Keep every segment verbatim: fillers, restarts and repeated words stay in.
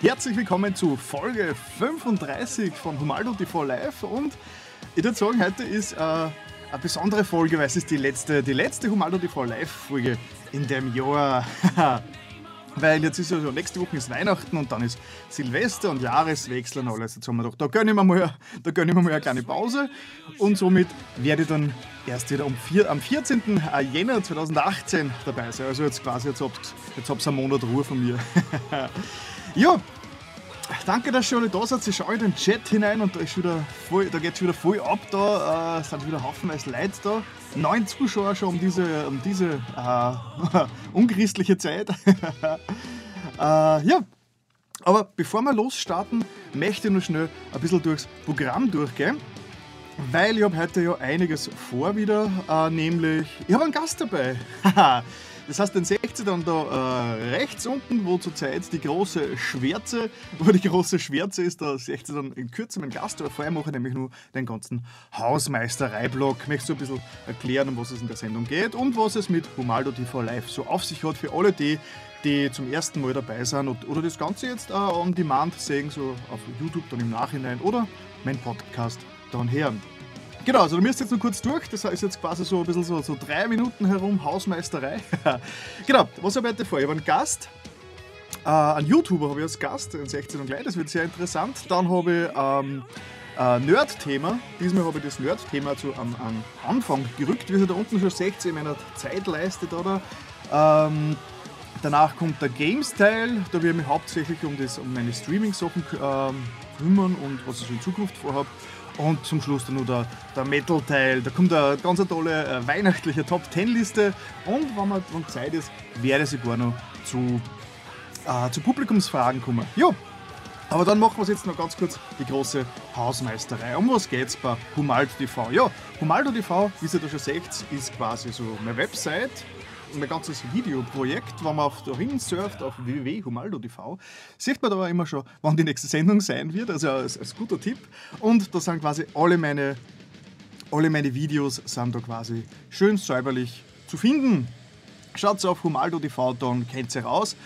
Herzlich willkommen zu Folge fünfunddreißig von Humaldo T V Live und ich würde sagen, heute ist äh, eine besondere Folge, weil es ist die letzte, die letzte Humaldo T V Live Folge in dem Jahr. Weil jetzt ist ja so, nächste Woche ist Weihnachten und dann ist Silvester und Jahreswechsel und alles. Jetzt haben wir gedacht, da gönne ich mir mal, da gönne ich mir mal eine kleine Pause und somit werde ich dann erst wieder um vier, am vierzehnten Jänner zweitausendachtzehn dabei sein. Also jetzt quasi, jetzt habt jetzt habt's einen Monat Ruhe von mir. Ja, danke, dass ihr alle da seid. Ich schaue in den Chat hinein und da, ist wieder voll, da geht es wieder voll ab. Da äh, sind wieder haufenweise Leute da. Neun Zuschauer schon um diese, um diese äh, unchristliche Zeit. äh, ja, aber bevor wir losstarten, möchte ich noch schnell ein bisschen durchs Programm durchgehen. Weil ich habe heute ja einiges vor wieder, äh, nämlich ich habe einen Gast dabei. Das heißt, den seht ihr dann da äh, rechts unten, wo zurzeit die große Schwärze, wo die große Schwärze ist, da seht ihr dann in Kürze meinen Gast, aber vorher mache ich nämlich nur den ganzen Hausmeisterei-Blog. Möchtest du ein bisschen erklären, um was es in der Sendung geht und was es mit Humaldo T V Live so auf sich hat für alle die, die zum ersten Mal dabei sind oder das Ganze jetzt äh, on demand sehen, so auf YouTube dann im Nachhinein oder mein Podcast dann hören. Genau, also du müsst jetzt noch kurz durch, das ist jetzt quasi so ein bisschen so, so drei Minuten herum Hausmeisterei. Genau, was habe ich heute vor? Ich habe einen Gast, äh, einen YouTuber habe ich als Gast, den sechzehn und gleich, das wird sehr interessant. Dann habe ich ähm, ein Nerd-Thema, diesmal habe ich das Nerd-Thema zu am, am Anfang gerückt, wie ihr da unten schon seht, in meiner Zeitleiste da. da. Ähm, danach kommt der Games-Teil, da werde ich mich hauptsächlich um, das, um meine Streaming-Sachen ähm, kümmern und was ich so in Zukunft vorhabe. Und zum Schluss dann nur der, der Metal-Teil. Da kommt eine ganz tolle äh, weihnachtliche Top zehn Liste. Und wenn man wenn Zeit ist, werde ich sogar noch zu, äh, zu Publikumsfragen kommen. Ja, aber dann machen wir jetzt noch ganz kurz die große Hausmeisterei. Um was geht's bei Humaldo T V? Ja, Humaldo T V, wie ihr da schon seht, ist quasi so meine Website. Mein ganzes Videoprojekt, wenn man auf dahin surft auf w w w punkt humaldo punkt t v, sieht man da immer schon, wann die nächste Sendung sein wird, also als, als guter Tipp. Und da sind quasi alle meine, alle meine Videos sind da quasi schön säuberlich zu finden. Schaut auf Humaldo T V, dann kennt ihr raus.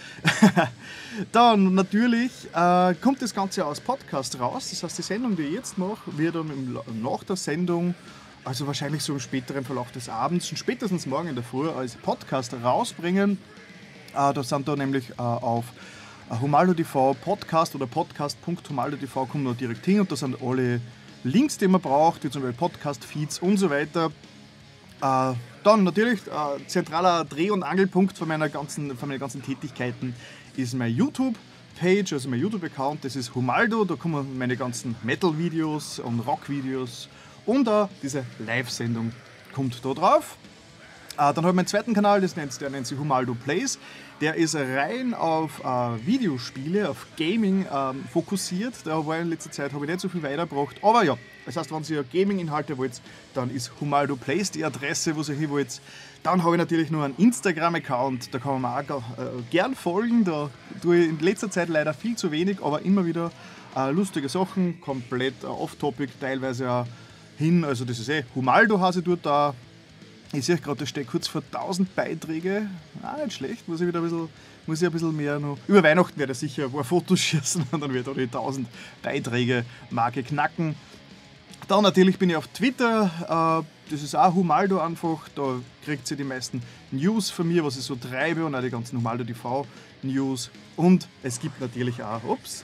Dann natürlich äh, kommt das Ganze als Podcast raus, das heißt die Sendung, die ich jetzt mache, wird dann im, nach der Sendung, also wahrscheinlich so im späteren Verlauf des Abends und spätestens morgen in der Früh als Podcast rausbringen. Äh, da sind da nämlich äh, auf äh, Humaldo T V Podcast oder podcast punkt humaldo punkt t v kommen da direkt hin und da sind alle Links, die man braucht, wie zum Beispiel Podcast-Feeds und so weiter. Äh, dann natürlich äh, zentraler Dreh- und Angelpunkt von, meiner ganzen, von meinen ganzen Tätigkeiten ist mein YouTube-Page, also mein YouTube-Account, das ist Humaldo, da kommen meine ganzen Metal-Videos und Rock-Videos. Und auch diese Live-Sendung kommt da drauf. Äh, dann habe ich meinen zweiten Kanal, das nennt, der nennt sich Humaldo Plays. Der ist rein auf äh, Videospiele, auf Gaming ähm, fokussiert. Da war in letzter Zeit, habe ich nicht so viel weitergebracht. Aber ja, das heißt, wenn ihr Gaming-Inhalte wollt, dann ist Humaldo Plays die Adresse, wo ihr hin wollt. Dann habe ich natürlich noch einen Instagram-Account, da kann man mir auch äh, gern folgen. Da tue ich in letzter Zeit leider viel zu wenig, aber immer wieder äh, lustige Sachen, komplett äh, off-topic, teilweise auch hin, also das ist eh, Humaldo heißt ich dort da. Ich sehe gerade, da steht kurz vor tausend Beiträge. Ah, nicht schlecht, muss ich wieder ein bisschen, muss ich ein bisschen mehr noch. Über Weihnachten werde ich sicher ein paar Fotos schießen und dann wird auch die tausend Beiträge Marke knacken. Dann natürlich bin ich auf Twitter, äh, das ist auch Humaldo einfach, da kriegt ihr die meisten News von mir, was ich so treibe und auch die ganzen Humaldo T V News. Und es gibt natürlich auch, ups,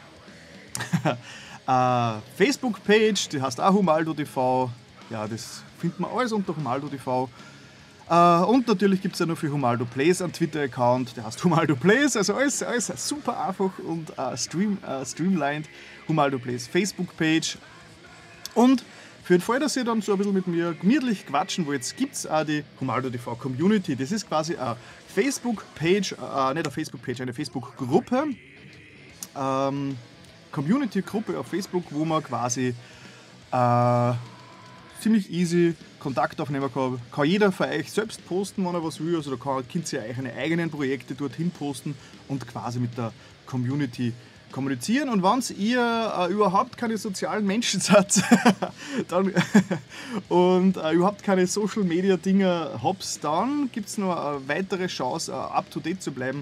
Uh, Facebook-Page, die heißt auch Humaldo T V. Ja, das findet man alles unter Humaldo T V. Uh, und natürlich gibt es ja noch für Humaldo Plays einen Twitter-Account, der heißt Humaldo Plays. Also alles, alles super einfach und uh, stream, uh, streamlined. Humaldo Plays Facebook-Page. Und für den Fall, dass ihr dann so ein bisschen mit mir gemütlich quatschen wollt, gibt es auch die Humaldo T V Community. Das ist quasi eine Facebook-Page, uh, nicht eine Facebook-Page, eine Facebook-Gruppe. Um, Community-Gruppe auf Facebook, wo man quasi äh, ziemlich easy Kontakt aufnehmen kann. Kann jeder von euch selbst posten, wenn er was will. Also da kann, könnt ihr euch eigene eigenen Projekte dorthin posten und quasi mit der Community kommunizieren. Und wenn ihr äh, überhaupt keine sozialen Menschen seid dann, und äh, überhaupt keine Social-Media-Dinger habt, dann gibt es noch eine weitere Chance, uh, up-to-date zu bleiben.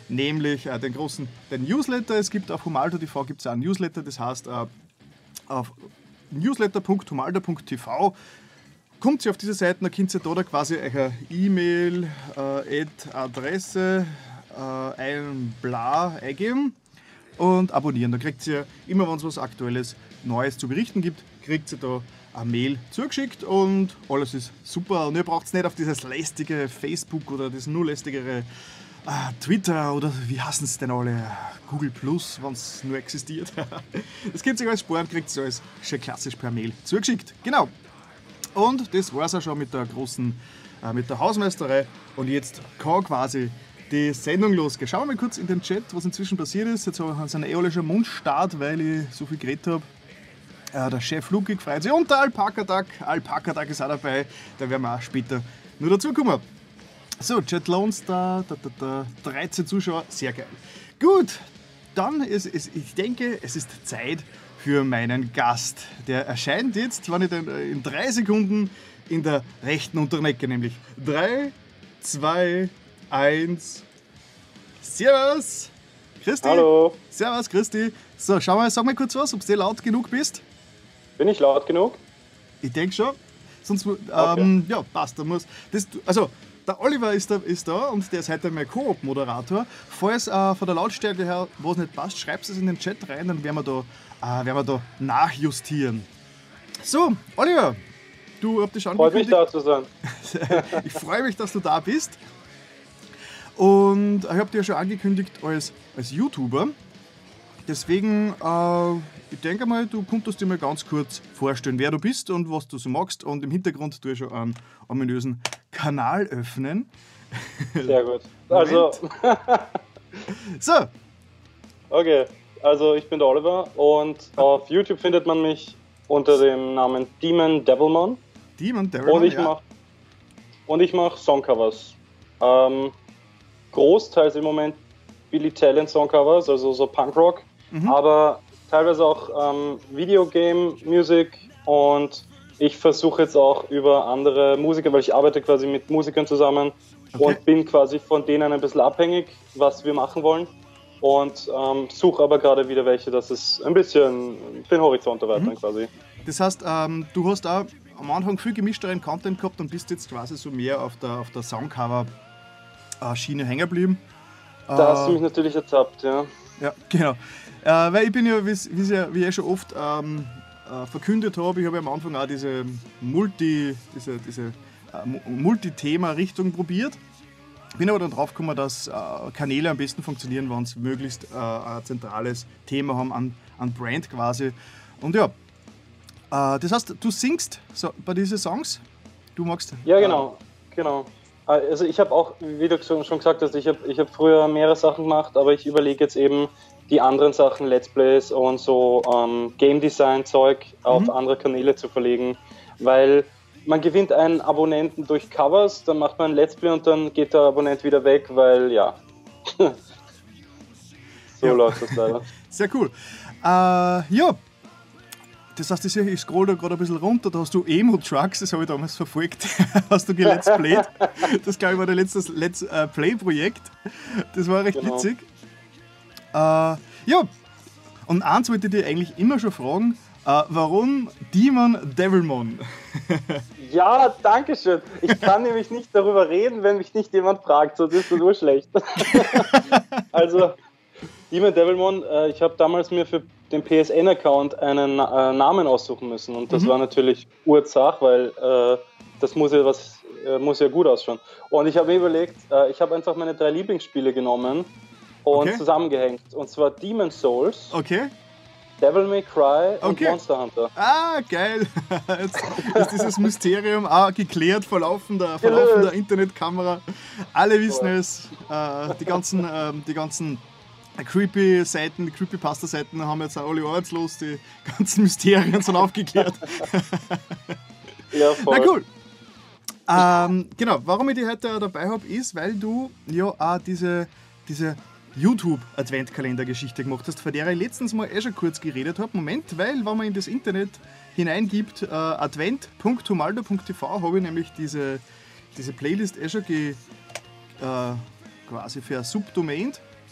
nämlich äh, den großen den Newsletter. Es gibt auf Humaldo Punkt t v gibt es auch einen Newsletter, das heißt äh, auf newsletter punkt humaldo punkt t v kommt ihr auf diese Seiten, da könnt ihr da, da quasi eure E-Mail, äh, Adresse, äh, ein Bla eingeben und abonnieren. Da kriegt ihr immer, wenn es was Aktuelles, Neues zu berichten gibt, kriegt ihr da eine Mail zugeschickt und alles ist super. Und ihr braucht es nicht auf dieses lästige Facebook oder das nur lästigere äh, Twitter oder wie heißen es denn alle? Google Plus, wenn es nur existiert. Das könnt ihr alles sparen, kriegt ihr alles schön klassisch per Mail zugeschickt. Genau. Und das war es auch schon mit der großen, äh, mit der Hausmeisterei. Und jetzt kann quasi die Sendung losgehen. Schauen wir mal kurz in den Chat, was inzwischen passiert ist. Jetzt haben wir einen eh schon Mundstart, weil ich so viel geredet habe. Äh, der Chef Luki freut sich und der Alpaka-Tag. Alpaka-Tag ist auch dabei. Da werden wir auch später nur dazu kommen. So, Chat Loans, da, da, da, da, dreizehn Zuschauer, sehr geil. Gut, dann ist es, ich denke, es ist Zeit für meinen Gast. Der erscheint jetzt, wenn ich den in drei Sekunden in der rechten unteren Ecke, nämlich drei, zwei, eins. Servus! Christi! Hallo! Servus, Christi! So, schau mal, sag mal kurz was, ob du laut genug bist. Bin ich laut genug? Ich denke schon. Sonst, ähm, okay. ja, passt. Da muss, das, also, der Oliver ist da, ist da und der ist heute mein Koop-Moderator. Falls äh, von der Lautstärke her was nicht passt, schreibt es in den Chat rein, dann werden wir da, äh, werden wir da nachjustieren. So, Oliver, du habt dich angekündigt. Freut mich, da zu sein. Ich freue mich, dass du da bist. Und ich habe dich ja schon angekündigt als, als YouTuber. Deswegen, äh, ich denke mal, du könntest dir mal ganz kurz vorstellen, wer du bist und was du so magst. Und im Hintergrund tue ich schon einen ominösen Kanal öffnen. Sehr gut. Also, so. Okay, also ich bin der Oliver und auf YouTube findet man mich unter dem Namen Demon Devilmon. Demon Devilmon, und ich ja. Mach, und ich mache Songcovers. Ähm, großteils im Moment Billy Talent Songcovers, also so Punkrock, mhm. aber teilweise auch ähm, Videogame Music und ich versuche jetzt auch über andere Musiker, weil ich arbeite quasi mit Musikern zusammen okay. und bin quasi von denen ein bisschen abhängig, was wir machen wollen und ähm, suche aber gerade wieder welche, dass es ein bisschen den Horizont erweitern mhm. quasi. Das heißt, ähm, du hast auch am Anfang viel gemischteren Content gehabt und bist jetzt quasi so mehr auf der, auf der Soundcover-Schiene hängen geblieben. Da hast du mich natürlich ertappt, ja. Ja, genau. Äh, weil ich bin ja, wie, wie ich schon oft ähm, äh, verkündet habe, ich habe ja am Anfang auch diese Multi, diese, diese äh, Multi-Thema-Richtung probiert. Bin aber dann drauf gekommen, dass äh, Kanäle am besten funktionieren, wenn sie möglichst äh, ein zentrales Thema haben an, an Brand quasi. Und ja, äh, das heißt, du singst so, bei diesen Songs? Du magst? Ja, genau, äh, genau. Also ich habe auch, wie du schon gesagt hast, ich habe ich hab früher mehrere Sachen gemacht, aber ich überlege jetzt eben die anderen Sachen, Let's Plays und so ähm, Game Design Zeug auf mhm. andere Kanäle zu verlegen, weil man gewinnt einen Abonnenten durch Covers, dann macht man ein Let's Play und dann geht der Abonnent wieder weg, weil ja, so ja. läuft das leider. Sehr cool. Äh, ja. Das heißt, ich scroll da gerade ein bisschen runter, da hast du Emo-Trucks, das habe ich damals verfolgt, hast du gelet's played. Das, glaube ich, war dein letztes Let's uh, Play-Projekt. Das war recht genau. witzig. Äh, ja, und eins wollte ich dir eigentlich immer schon fragen, äh, warum Demon Devilmon? Ja, danke schön. Ich kann nämlich nicht darüber reden, wenn mich nicht jemand fragt, sonst ist das nur schlecht. Also, Demon Devilmon, äh, ich habe damals mir für den P S N-Account einen äh, Namen aussuchen müssen und das mhm. war natürlich Urzach, weil äh, das muss ja, was, äh, muss ja gut ausschauen. Und ich habe mir überlegt, äh, ich habe einfach meine drei Lieblingsspiele genommen und okay. zusammengehängt. Und zwar Demon's Souls, okay. Devil May Cry und okay. Monster Hunter. Ah, geil! Jetzt ist dieses Mysterium auch geklärt vor laufender, vor laufender Internetkamera. Alle wissen cool. es, äh, die ganzen, äh, die ganzen creepy Seiten, die Creepypasta-Seiten haben jetzt auch alle arbeitslos, die ganzen Mysterien sind aufgeklärt. Ja, voll. Na cool. Ähm, genau, warum ich dich heute dabei habe, ist, weil du ja auch diese, diese YouTube-Adventkalender-Geschichte gemacht hast, von der ich letztens mal eh schon kurz geredet habe. Moment, weil wenn man in das Internet hineingibt, äh, advent punkt humaldo punkt t v, habe ich nämlich diese, diese Playlist eh schon ge, äh, quasi für Subdomain.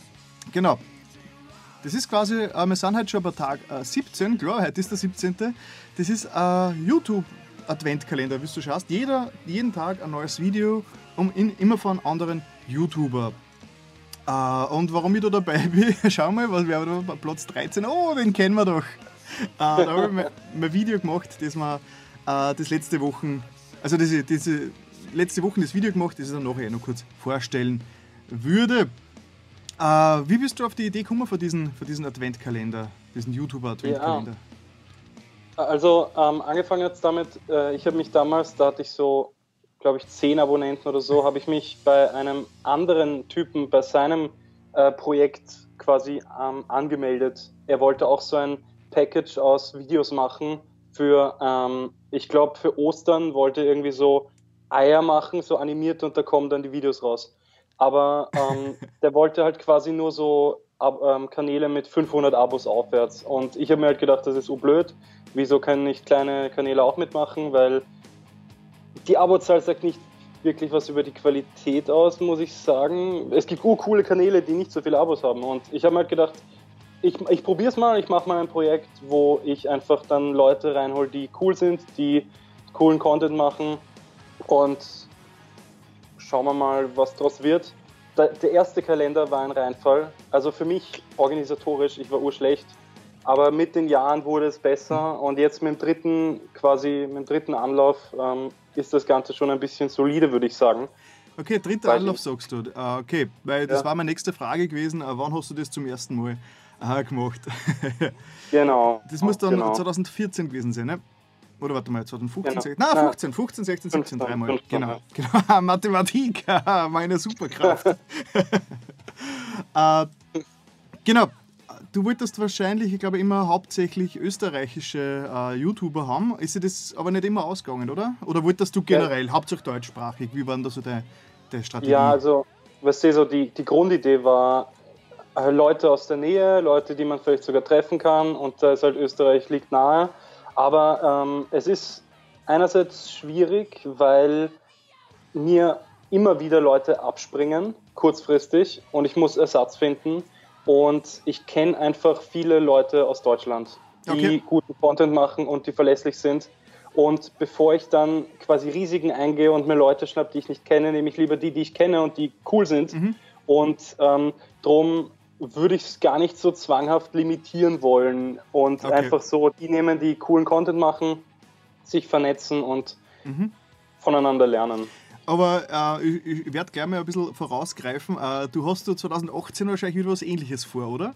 Genau. Das ist quasi, äh, wir sind heute schon bei Tag äh, siebzehn, klar, heute ist der siebzehnte. Das ist ein YouTube-Adventkalender, wie du schaust. Jeder, jeden Tag ein neues Video, um in, immer von einem anderen YouTuber. Äh, und warum ich da dabei bin, schau mal, was wir haben da bei Platz dreizehn. Oh, den kennen wir doch. Äh, da habe ich mein, mein Video gemacht, das wir äh, das letzte Woche, also diese, diese letzte Woche das Video gemacht, das ich dann nachher noch kurz vorstellen würde. Äh, wie bist du auf die Idee gekommen für diesen, für diesen Adventkalender, diesen YouTuber-Adventkalender? Ja. Also ähm, angefangen jetzt damit, äh, ich habe mich damals, da hatte ich so, glaube ich, zehn Abonnenten oder so, habe ich mich bei einem anderen Typen, bei seinem äh, Projekt quasi ähm, angemeldet. Er wollte auch so ein Package aus Videos machen für, ähm, ich glaube für Ostern wollte er irgendwie so Eier machen, so animiert und da kommen dann die Videos raus. Aber ähm, der wollte halt quasi nur so Ab- ähm, Kanäle mit fünfhundert Abos aufwärts. Und ich habe mir halt gedacht, das ist so blöd. Wieso können nicht kleine Kanäle auch mitmachen? Weil die Abozahl sagt nicht wirklich was über die Qualität aus, muss ich sagen. Es gibt uh, coole Kanäle, die nicht so viele Abos haben. Und ich habe mir halt gedacht, ich, ich probiere es mal. Ich mache mal ein Projekt, wo ich einfach dann Leute reinhole, die cool sind, die coolen Content machen. Und schauen wir mal, was daraus wird. Der, der erste Kalender war ein Reinfall. Also für mich organisatorisch, ich war urschlecht. Aber mit den Jahren wurde es besser und jetzt mit dem dritten, quasi mit dem dritten Anlauf ähm, ist das Ganze schon ein bisschen solide, würde ich sagen. Okay, dritter Weil Anlauf ich, sagst du. Uh, okay, weil das ja. war meine nächste Frage gewesen. Uh, wann hast du das zum ersten Mal uh, gemacht? Genau. Das muss dann genau. zwanzig vierzehn gewesen sein, ne? Oder warte mal, zwanzig fünfzehn, Genau. sechzehn, nein, fünfzehn, fünfzehn, sechzehn, siebzehn, fünfzehn, dreimal. fünfzehn, Genau, ja. genau. Mathematik, meine Superkraft. uh, genau, du wolltest wahrscheinlich, ich glaube, immer hauptsächlich österreichische uh, YouTuber haben. Ist dir das aber nicht immer ausgegangen, oder? Oder wolltest du generell, ja. hauptsächlich deutschsprachig? Wie war denn da so deine, deine Strategie? Ja, also, weißt du, so die, die Grundidee war, äh, Leute aus der Nähe, Leute, die man vielleicht sogar treffen kann und da ist halt Österreich liegt nahe. Aber ähm, es ist einerseits schwierig, weil mir immer wieder Leute abspringen, kurzfristig, und ich muss Ersatz finden. Und ich kenne einfach viele Leute aus Deutschland, die okay. guten Content machen und die verlässlich sind. Und bevor ich dann quasi Risiken eingehe und mir Leute schnappe, die ich nicht kenne, nehme ich lieber die, die ich kenne und die cool sind. Mhm. Und ähm, darum würde ich es gar nicht so zwanghaft limitieren wollen und okay. einfach so die nehmen, die coolen Content machen, sich vernetzen und mhm. voneinander lernen. Aber äh, ich, ich werde gleich mal ein bisschen vorausgreifen. Äh, du hast du zwanzig achtzehn wahrscheinlich wieder was Ähnliches vor, oder?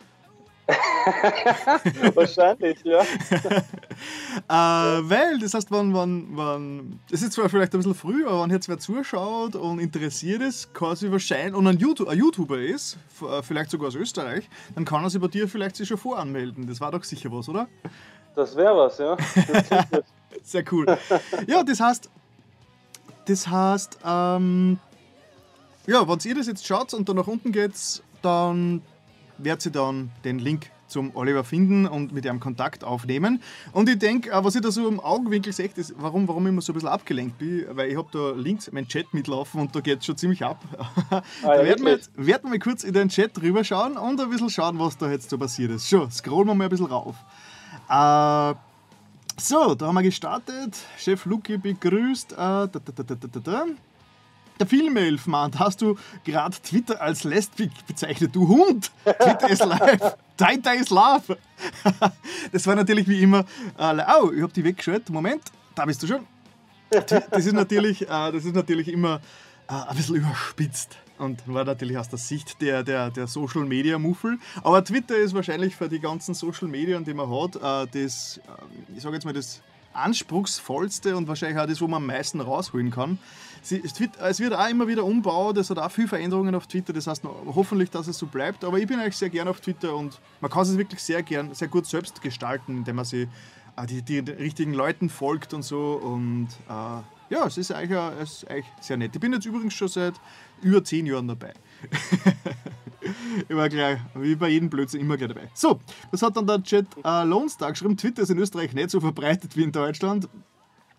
Wahrscheinlich, ja. äh, weil, das heißt, wenn, wenn, wenn, das ist zwar vielleicht ein bisschen früh, aber wenn jetzt wer zuschaut und interessiert ist, kann sie wahrscheinlich, und ein, YouTube, ein YouTuber ist, vielleicht sogar aus Österreich, dann kann er sich bei dir vielleicht sich schon voranmelden. Das war doch sicher was, oder? Das wäre was, ja. Das sehr cool. Ja, das heißt, das heißt, ähm, ja, wenn ihr das jetzt schaut und da nach unten geht, dann werdet ihr dann den Link zum Oliver finden und mit ihm Kontakt aufnehmen. Und ich denke, was ich da so im Augenwinkel sehe, ist, warum, warum ich immer so ein bisschen abgelenkt bin, weil ich habe da links meinen Chat mitlaufen und da geht es schon ziemlich ab. Ah, ja, da werden wir, jetzt, werden wir mal kurz in den Chat rüber schauen und ein bisschen schauen, was da jetzt so passiert ist. Schon, scrollen wir mal ein bisschen rauf. Äh, so, da haben wir gestartet. Chef Luki begrüßt. Äh, da, da, da, da, da, da. Der Filmelf meint, hast du gerade Twitter als Lesbic bezeichnet, du Hund? Twitter ist live, Twitter ist love. Das war natürlich wie immer, äh, oh, ich hab die weggeschaltet, Moment, da bist du schon. Das ist natürlich, äh, das ist natürlich immer äh, ein bisschen überspitzt und war natürlich aus der Sicht der, der, der Social Media Muffel. Aber Twitter ist wahrscheinlich für die ganzen Social Media, die man hat, äh, das, äh, ich sage jetzt mal, das anspruchsvollste und wahrscheinlich auch das, wo man am meisten rausholen kann. Es wird auch immer wieder umbaut, es hat auch viele Veränderungen auf Twitter, das heißt hoffentlich, dass es so bleibt, aber ich bin eigentlich sehr gern auf Twitter und man kann es wirklich sehr gern, sehr gut selbst gestalten, indem man sich äh, die, die richtigen Leuten folgt und so und äh, ja, es ist eigentlich, es ist eigentlich sehr nett. Ich bin jetzt übrigens schon seit über zehn Jahren dabei. Ich war gleich, wie bei jedem Blödsinn, immer gleich dabei. So, das hat dann der Chat äh, Lone Star geschrieben, Twitter ist in Österreich nicht so verbreitet wie in Deutschland.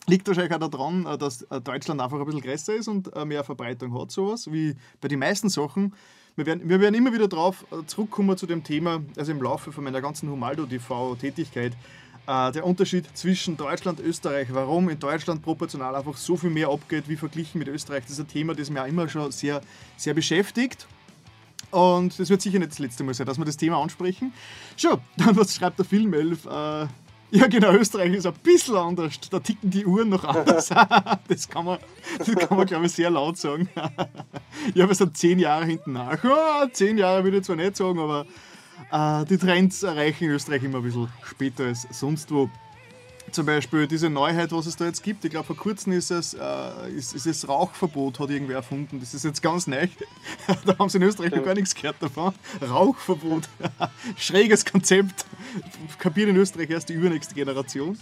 Liegt wahrscheinlich auch daran, dass Deutschland einfach ein bisschen größer ist und mehr Verbreitung hat, sowas, wie bei den meisten Sachen. Wir werden, wir werden immer wieder darauf zurückkommen zu dem Thema, also im Laufe von meiner ganzen Humaldo-T V-Tätigkeit, äh, der Unterschied zwischen Deutschland und Österreich, warum in Deutschland proportional einfach so viel mehr abgeht, wie verglichen mit Österreich. Das ist ein Thema, das mich auch immer schon sehr, sehr beschäftigt. Und das wird sicher nicht das letzte Mal sein, dass wir das Thema ansprechen. Schon, dann was schreibt der Filmelf? Äh, ja genau, Österreich ist ein bisschen anders. Da ticken die Uhren noch anders. Das kann man, das kann man glaube ich, sehr laut sagen. Ja, wir sind zehn Jahre hinten nach. Oh, zehn Jahre würde ich zwar nicht sagen, aber äh, die Trends erreichen in Österreich immer ein bisschen später als sonst wo. Zum Beispiel diese Neuheit, was es da jetzt gibt. Ich glaube, vor kurzem ist es, äh, ist, ist das Rauchverbot, hat irgendwer erfunden. Das ist jetzt ganz neu. Da haben sie in Österreich noch gar nichts gehört davon. Rauchverbot. Schräges Konzept. Kapiert in Österreich erst die übernächste Generation.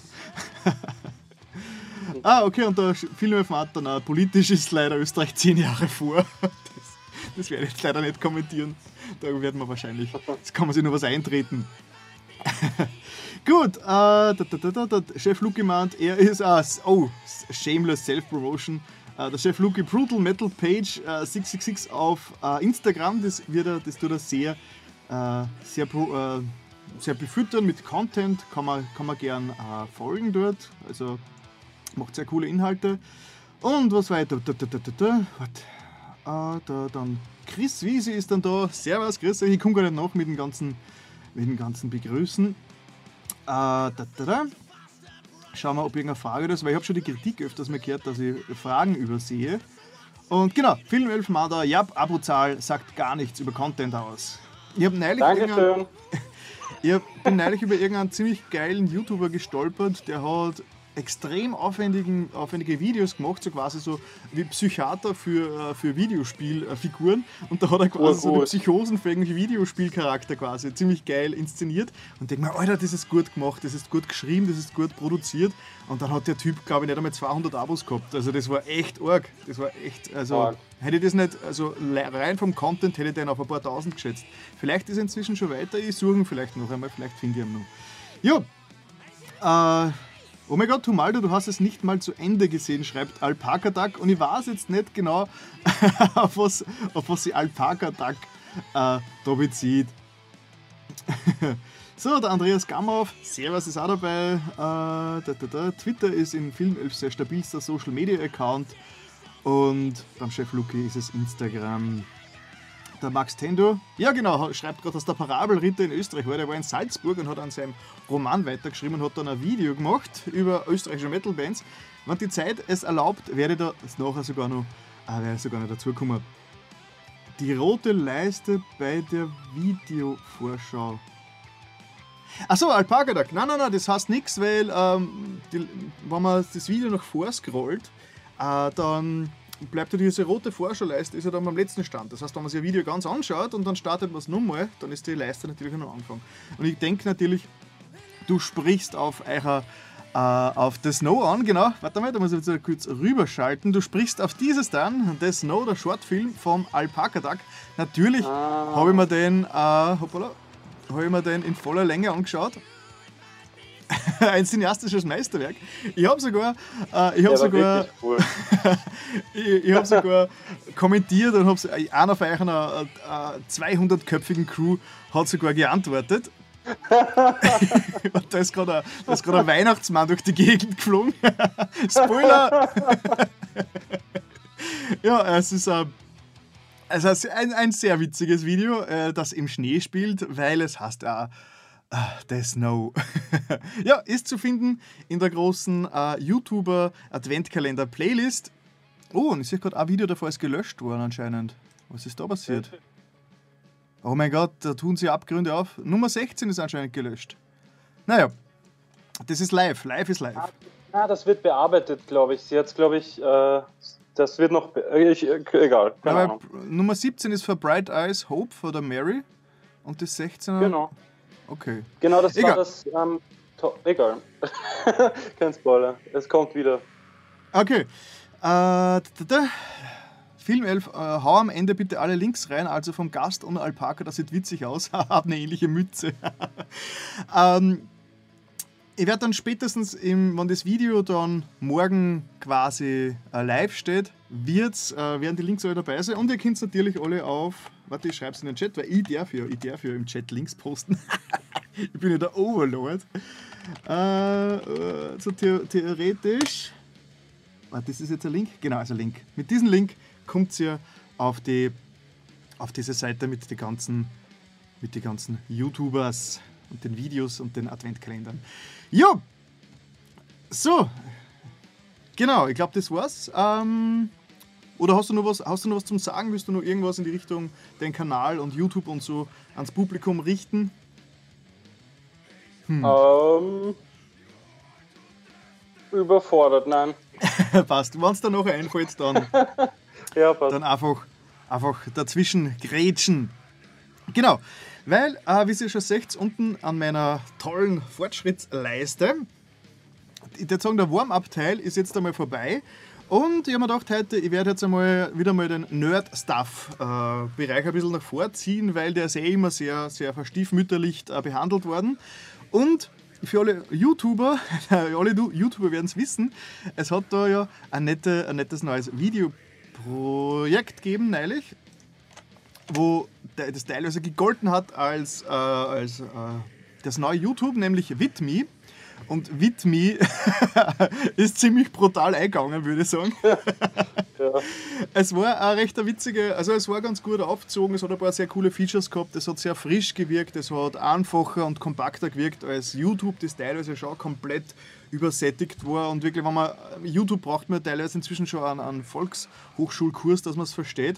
Ah, okay, und der Filmelf hat dann auch, politisch ist leider Österreich zehn Jahre vor. Das, das werde ich jetzt leider nicht kommentieren. Da werden wir wahrscheinlich, das kann man sich nur was eintreten. Gut, äh, da, da, da, da, Chef Luki meint, er ist, uh, oh, shameless Self-Promotion. Uh, der Chef Luki Brutal Metal Page uh, sechs sechs sechs auf uh, Instagram, das, wird er, das tut er sehr, uh, sehr, uh, sehr befüttern mit Content, kann man, kann man gern uh, folgen dort, also macht sehr coole Inhalte. Und was weiter, da, da, da, da, da, uh, da dann Chris Wiesi ist dann da, servus Chris, ich komme gar nicht nach mit dem ganzen, mit dem ganzen Begrüßen. Uh, da, da, da. Schauen wir, ob irgendeine Frage das ist, weil ich habe schon die Kritik öfters mal gehört, dass ich Fragen übersehe. Und genau, Filmelf Mada, ja, Abozahl sagt gar nichts über Content aus. Ich habe neulich, ich hab, bin neulich über irgendeinen ziemlich geilen YouTuber gestolpert, der hat extrem aufwendigen, aufwendige Videos gemacht, so quasi so wie Psychiater für, für Videospielfiguren. Und da hat er quasi oh, so die Psychosen für irgendwelche Videospielcharakter quasi ziemlich geil inszeniert. Und denke mir, Alter, das ist gut gemacht, das ist gut geschrieben, das ist gut produziert. Und dann hat der Typ, glaube ich, nicht einmal zweihundert Abos gehabt. Also das war echt arg. Das war echt, also arg. Hätte ich das nicht, also rein vom Content hätte ich den auf ein paar tausend geschätzt. Vielleicht ist er inzwischen schon weiter, ich suche ihn vielleicht noch einmal, vielleicht finde ich ihn noch. Ja, äh, oh mein Gott, Humaldo, du hast es nicht mal zu Ende gesehen, schreibt Alpaca Duck. Und ich weiß jetzt nicht genau, auf was, auf was sie Alpaca Duck äh, da bezieht. So, der Andreas Gammauf, Servus ist auch dabei. Äh, da, da, da. Twitter ist in Filmelf sein stabilster Social Media Account. Und beim Chef Luki ist es Instagram. Der Max Tendo, ja genau, schreibt gerade, dass der Parabelritter in Österreich war. Der war in Salzburg und hat an seinem Roman weitergeschrieben und hat dann ein Video gemacht über österreichische Metal-Bands. Wenn die Zeit es erlaubt, werde ich da nachher sogar noch, ah, werde ich sogar noch dazukommen. Die rote Leiste bei der Videovorschau. Achso, Alpaca Duck. Nein, nein, nein, das heißt nichts, weil ähm, die, wenn man das Video noch vorscrollt, äh, dann bleibt ja diese rote Vorschauleiste, ist ja dann beim letzten Stand. Das heißt, wenn man sich ein Video ganz anschaut und dann startet man es nochmal, dann ist die Leiste natürlich am Anfang. Und ich denke natürlich, du sprichst auf eurer, äh, auf The Snow an, genau, warte mal, da muss ich jetzt kurz rüberschalten. Du sprichst auf dieses dann, The Snow, der Shortfilm vom Alpaca Duck. Natürlich ah. habe ich mir den, äh, hoppala, habe ich mir den in voller Länge angeschaut. Ein cineastisches Meisterwerk. Ich habe sogar, äh, ich habe sogar, cool. ich, ich habe sogar kommentiert und habe einer von euch einer äh, zweihundertköpfigen Crew hat sogar geantwortet. Und da ist gerade ein, ein Weihnachtsmann durch die Gegend geflogen. Spoiler! Ja, es ist ein, also ein, ein sehr witziges Video, äh, das im Schnee spielt, weil es heißt auch Ah, The Snow. Ja, ist zu finden in der großen äh, YouTuber-Adventkalender-Playlist. Oh, und ich sehe gerade, ein Video davor ist gelöscht worden anscheinend. Was ist da passiert? Oh mein Gott, da tun sie Abgründe auf. Nummer sechzehn ist anscheinend gelöscht. Naja, das ist live. Live ist live. Ah, ah das wird bearbeitet, glaube ich. Sie hat es, glaube ich, äh, das wird noch... Äh, ich, äh, egal, keine Aber Ahnung. Nummer siebzehn ist für Bright Eyes Hope von der Mary. Und das sechzehner... Genau. Okay. Genau, das egal. war das. Ähm, egal. Kein Spoiler. Es kommt wieder. Okay. Äh, da, da, da. Filmelf, äh, hau am Ende bitte alle Links rein. Also vom Gast und Alpaca, das sieht witzig aus. Hat eine ähnliche Mütze. ähm, ich werde dann spätestens, im, wenn das Video dann morgen quasi äh, live steht, wird's, äh, werden die Links alle dabei sein. Und ihr könnt es natürlich alle auf, warte, ich schreibe es in den Chat, weil ich darf ja, ich darf ja im Chat Links posten. Ich bin ja der Overlord. Äh, äh, so the theoretisch, warte, das ist jetzt ein Link? Genau, also ein Link. Mit diesem Link kommt ihr auf, die, auf diese Seite mit den ganzen, mit den ganzen YouTubers und den Videos und den Adventkalendern. Ja, so, genau, ich glaube, das war's. Ähm, oder hast du, noch was, hast du noch was zum Sagen? Willst du noch irgendwas in die Richtung den Kanal und YouTube und so ans Publikum richten? Hm. Ähm, überfordert, nein. Passt, wenn es da noch einfällt, dann, ja, passt. dann einfach, einfach dazwischen grätschen. Genau, weil, äh, wie ihr schon seht, unten an meiner tollen Fortschrittsleiste, ich würde sagen, der Warm-Up-Teil ist jetzt einmal vorbei. Und ich habe mir gedacht, heute, ich werde jetzt einmal wieder mal den Nerd-Stuff-Bereich ein bisschen nach vorziehen, weil der ist eh immer sehr, sehr verstiefmütterlich äh, behandelt worden. Und für alle YouTuber, alle YouTuber werden es wissen, es hat da ja ein, nette, ein nettes neues Videoprojekt gegeben, neulich, wo das teilweise gegolten hat als, äh, als äh, das neue YouTube, nämlich Vidme. Und Vidme ist ziemlich brutal eingegangen, würde ich sagen. Ja. Es war eine recht witzige, also es war ganz gut aufgezogen, es hat ein paar sehr coole Features gehabt, es hat sehr frisch gewirkt, es hat einfacher und kompakter gewirkt als YouTube, das teilweise schon komplett übersättigt war. Und wirklich, wenn man YouTube braucht man teilweise inzwischen schon einen, einen Volkshochschulkurs, dass man es versteht.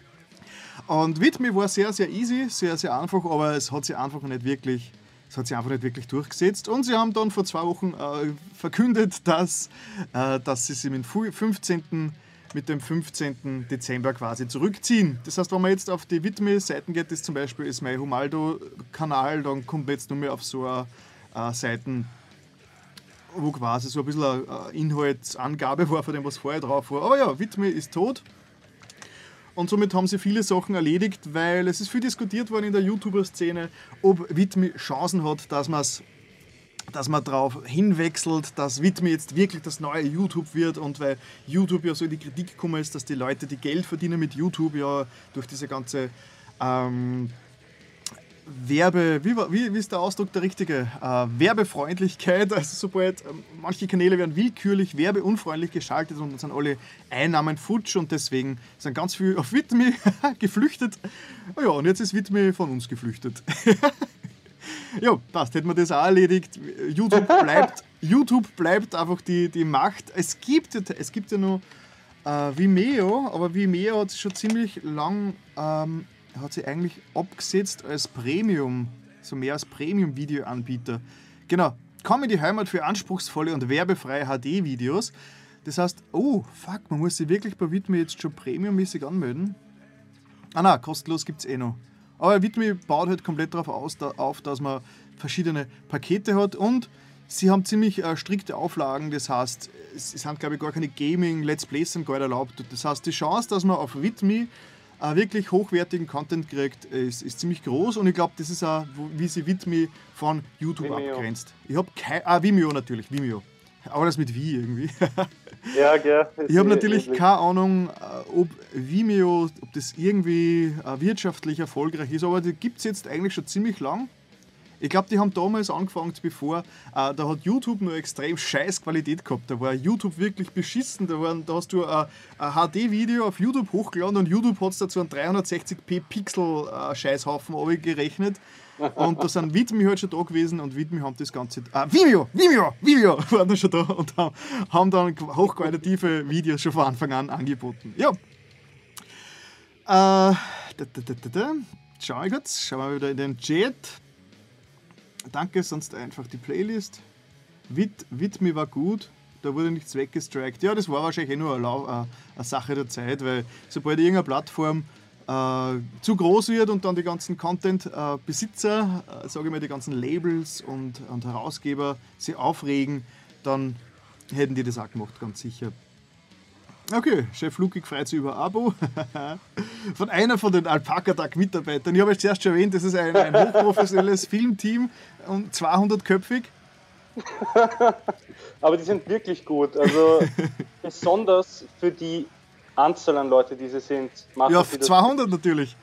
Und Vidme war sehr, sehr easy, sehr, sehr einfach, aber es hat sich einfach nicht wirklich, es hat sich einfach nicht wirklich durchgesetzt. Und sie haben dann vor zwei Wochen äh, verkündet, dass, äh, dass sie sich mit, fünfzehnten mit dem fünfzehnten Dezember quasi zurückziehen. Das heißt, wenn man jetzt auf die Vidme-Seiten geht, das zum Beispiel ist mein Humaldo-Kanal, dann kommt man jetzt nur mehr auf so eine äh, Seiten, wo quasi so ein bisschen eine Inhaltsangabe war von dem, was vorher drauf war. Aber ja, Vidme ist tot. Und somit haben sie viele Sachen erledigt, weil es ist viel diskutiert worden in der YouTuber-Szene, ob Vidme Chancen hat, dass man es dass man darauf hinwechselt, dass Vidme jetzt wirklich das neue YouTube wird, und weil YouTube ja so in die Kritik gekommen ist, dass die Leute, die Geld verdienen mit YouTube, ja durch diese ganze ähm, Werbe, wie, wie, wie ist der Ausdruck der richtige? Äh, Werbefreundlichkeit, also sobald ähm, manche Kanäle werden willkürlich werbeunfreundlich geschaltet und dann sind alle Einnahmen futsch, und deswegen sind ganz viele auf Vidme geflüchtet. Oh ja, und jetzt ist Vidme von uns geflüchtet. Ja, passt, hätten wir das auch erledigt. YouTube bleibt, YouTube bleibt einfach die, die Macht. Es gibt, es gibt ja noch äh, Vimeo, aber Vimeo hat sich schon ziemlich lang, ähm, hat sich eigentlich abgesetzt als Premium, so mehr als Premium-Video-Anbieter. Genau, kaum in die Heimat für anspruchsvolle und werbefreie H D-Videos. Das heißt, oh, fuck, man muss sich wirklich bei Vidme jetzt schon premiummäßig anmelden. Ah nein, kostenlos gibt es eh noch. Aber Vidme baut halt komplett darauf aus, da, auf, dass man verschiedene Pakete hat, und sie haben ziemlich äh, strikte Auflagen. Das heißt, es, es sind, glaube ich, gar keine Gaming-Let's Plays sind gar nicht erlaubt. Das heißt, die Chance, dass man auf Vidme äh, wirklich hochwertigen Content kriegt, ist, ist ziemlich groß, und ich glaube, das ist auch, wie sie Vidme von YouTube Vimeo abgrenzt. Ich habe kein, ah, Vimeo natürlich, Vimeo. Aber das mit wie irgendwie. Ja, gell. Ich habe natürlich ähnlich. keine Ahnung, ob Vimeo, ob das irgendwie wirtschaftlich erfolgreich ist, aber die gibt es jetzt eigentlich schon ziemlich lang. Ich glaube, die haben damals angefangen, bevor, äh, da hat YouTube nur extrem scheiß Qualität gehabt. Da war YouTube wirklich beschissen. Da, waren, da hast du ein, ein H D-Video auf YouTube hochgeladen, und YouTube hat es dazu einen dreihundertsechzig p Pixel äh, Scheißhaufen gerechnet. Und da sind Vidme halt schon da gewesen, und Vidme haben das Ganze. Ah, Vimeo! Vimeo! Vimeo! Waren da schon da und haben, haben dann hochqualitative Videos schon von Anfang an angeboten. Ja. Äh, da, da, da, da, da. Schau ich kurz, schauen wir wieder in den Chat. Danke, sonst einfach die Playlist. Vid, Vidme war gut, da wurde nichts weggestrikt. Ja, das war wahrscheinlich eh nur eine, eine, eine Sache der Zeit, weil sobald irgendeine Plattform äh, zu groß wird und dann die ganzen Content-Besitzer, äh, äh, sage ich mal, die ganzen Labels und, und Herausgeber sich aufregen, dann hätten die das auch gemacht, ganz sicher. Okay, Chef Luki freut sich über ein Abo. Von einer von den Alpaca-Duck-Mitarbeitern. Ich habe es zuerst schon erwähnt, das ist ein, ein hochprofessionelles Filmteam und zweihundertköpfig. Aber die sind wirklich gut. Also besonders für die Anzahl an Leute, die sie sind. Ja, auf zweihundert natürlich.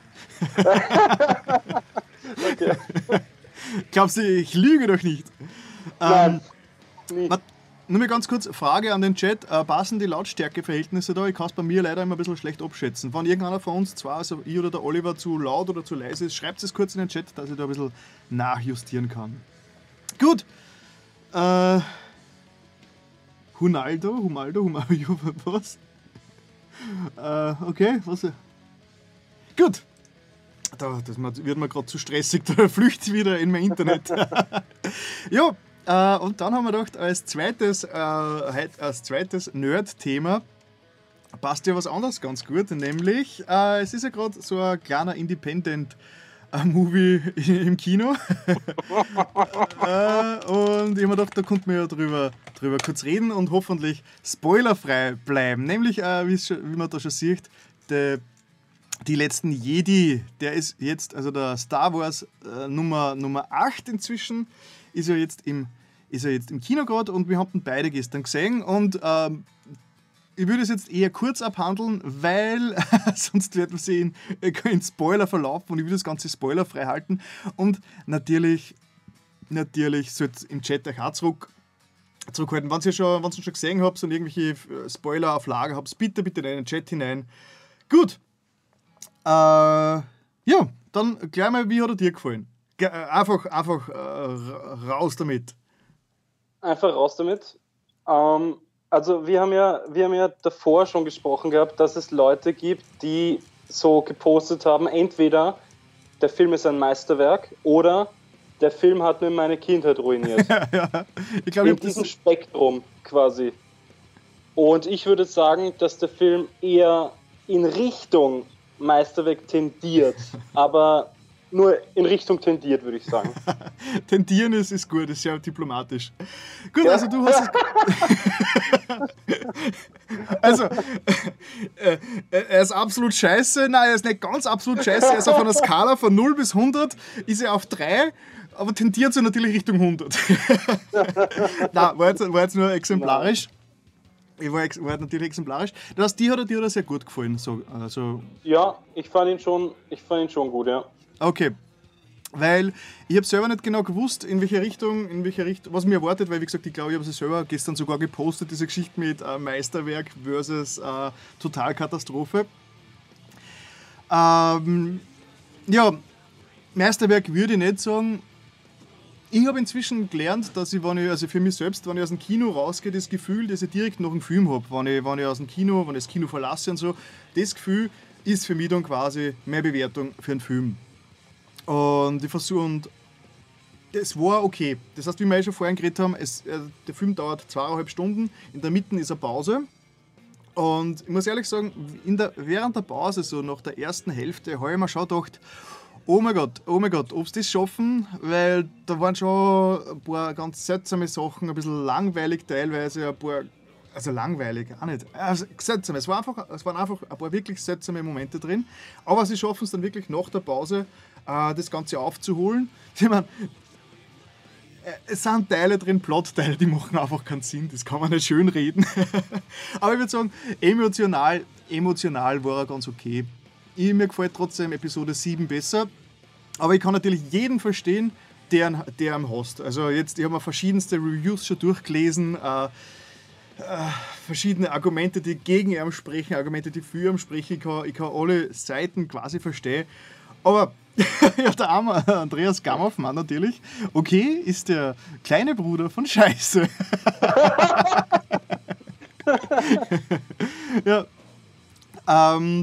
Okay. Glaubst du, ich lüge doch nicht? Nein, ähm, nie. wat, nur mal ganz kurz, Frage an den Chat. Äh, passen die Lautstärkeverhältnisse da? Ich kann es bei mir leider immer ein bisschen schlecht abschätzen. Wenn irgendeiner von uns zwei, also ich oder der Oliver, zu laut oder zu leise ist, schreibt es kurz in den Chat, dass ich da ein bisschen nachjustieren kann. Gut. Äh, Hunaldo, Humaldo, Humaldo, was? Äh, okay, was? Gut. Da, das wird mir gerade zu stressig, da flüchtet wieder in mein Internet. Ja, äh, und dann haben wir gedacht, als zweites, äh, als zweites Nerd-Thema passt ja was anderes ganz gut, nämlich äh, es ist ja gerade so ein kleiner Independent-Movie im Kino. äh, und ich habe mir gedacht, da konnten wir ja drüber, drüber kurz reden und hoffentlich spoilerfrei bleiben. Nämlich, äh, wie man da schon sieht, der Die letzten Jedi, der ist jetzt, also der Star Wars äh, Nummer, Nummer acht inzwischen, ist ja jetzt im, ist ja jetzt im Kino gerade und wir haben ihn beide gestern gesehen und ähm, ich würde es jetzt eher kurz abhandeln, weil sonst werden wir sie in, in Spoiler verlaufen und ich will das Ganze spoilerfrei halten und natürlich, natürlich sollt im Chat euch auch zurück zurückhalten. Wenn ihr schon, wenn ihr schon gesehen habt und irgendwelche Spoiler auf Lager habt, bitte, bitte in den Chat hinein. Gut. Äh, ja, dann gleich mal, wie hat er dir gefallen? Ge äh, einfach einfach äh, raus damit. Einfach raus damit. Ähm, also wir haben, ja, wir haben ja davor schon gesprochen gehabt, dass es Leute gibt, die so gepostet haben, entweder der Film ist ein Meisterwerk oder der Film hat mir meine Kindheit ruiniert. Ja, ja. Ich glaub, in ich diesem Spektrum quasi. Und ich würde sagen, dass der Film eher in Richtung Meisterwerk tendiert, aber nur in Richtung tendiert, würde ich sagen. Tendieren ist, ist gut, ist sehr diplomatisch. Gut, Ja. also du hast es... also, äh, äh, er ist absolut scheiße. Nein, er ist nicht ganz absolut scheiße. Er ist auf einer Skala von null bis hundert, ist er auf drei, aber tendiert so natürlich Richtung hundert. Nein, war jetzt, war jetzt nur exemplarisch. Ich war, ex war natürlich exemplarisch. Das heißt, die hat dir das sehr gut gefallen. So, also Ja, ich fand ihn schon, ich fand ihn schon gut, ja. okay. Weil ich habe selber nicht genau gewusst, in welche Richtung, in welche Richtung, was mir erwartet, weil wie gesagt, ich glaube, ich habe sie selber gestern sogar gepostet, diese Geschichte mit äh, Meisterwerk versus äh, Totalkatastrophe. Ähm, ja, Meisterwerk würde ich nicht sagen. Ich habe inzwischen gelernt, dass ich, wenn ich, also für mich selbst, wenn ich aus dem Kino rausgehe, das Gefühl, dass ich direkt noch einen Film habe. Wenn ich, wenn ich aus dem Kino, wenn ich das Kino verlasse und so, das Gefühl ist für mich dann quasi mehr Bewertung für einen Film. Und ich versuche, und es war okay. Das heißt, wie wir eh schon vorhin geredet haben, es, äh, der Film dauert zweieinhalb Stunden, in der Mitte ist eine Pause. Und ich muss ehrlich sagen, in der, während der Pause, so nach der ersten Hälfte, habe ich mir schon gedacht, oh mein Gott, oh mein Gott, ob sie das schaffen, weil da waren schon ein paar ganz seltsame Sachen, ein bisschen langweilig teilweise, ein paar, also langweilig, auch nicht, also seltsam, es, war einfach, es waren einfach ein paar wirklich seltsame Momente drin, aber sie schaffen es dann wirklich nach der Pause, äh, das Ganze aufzuholen. Ich meine, es sind Teile drin, Plotteile, die machen einfach keinen Sinn, das kann man nicht schön reden. Aber ich würde sagen, emotional, emotional war er ganz okay. Ich, mir gefällt trotzdem Episode sieben besser, aber ich kann natürlich jeden verstehen, der, der ihn hasst. Also jetzt, ich habe mir verschiedenste Reviews schon durchgelesen, äh, äh, verschiedene Argumente, die gegen ihn sprechen, Argumente, die für ihn sprechen. Ich kann, ich kann alle Seiten quasi verstehen. Aber ja, der arme Andreas Gamhoffmann natürlich, okay, ist der kleine Bruder von Scheiße. Ja. Ähm,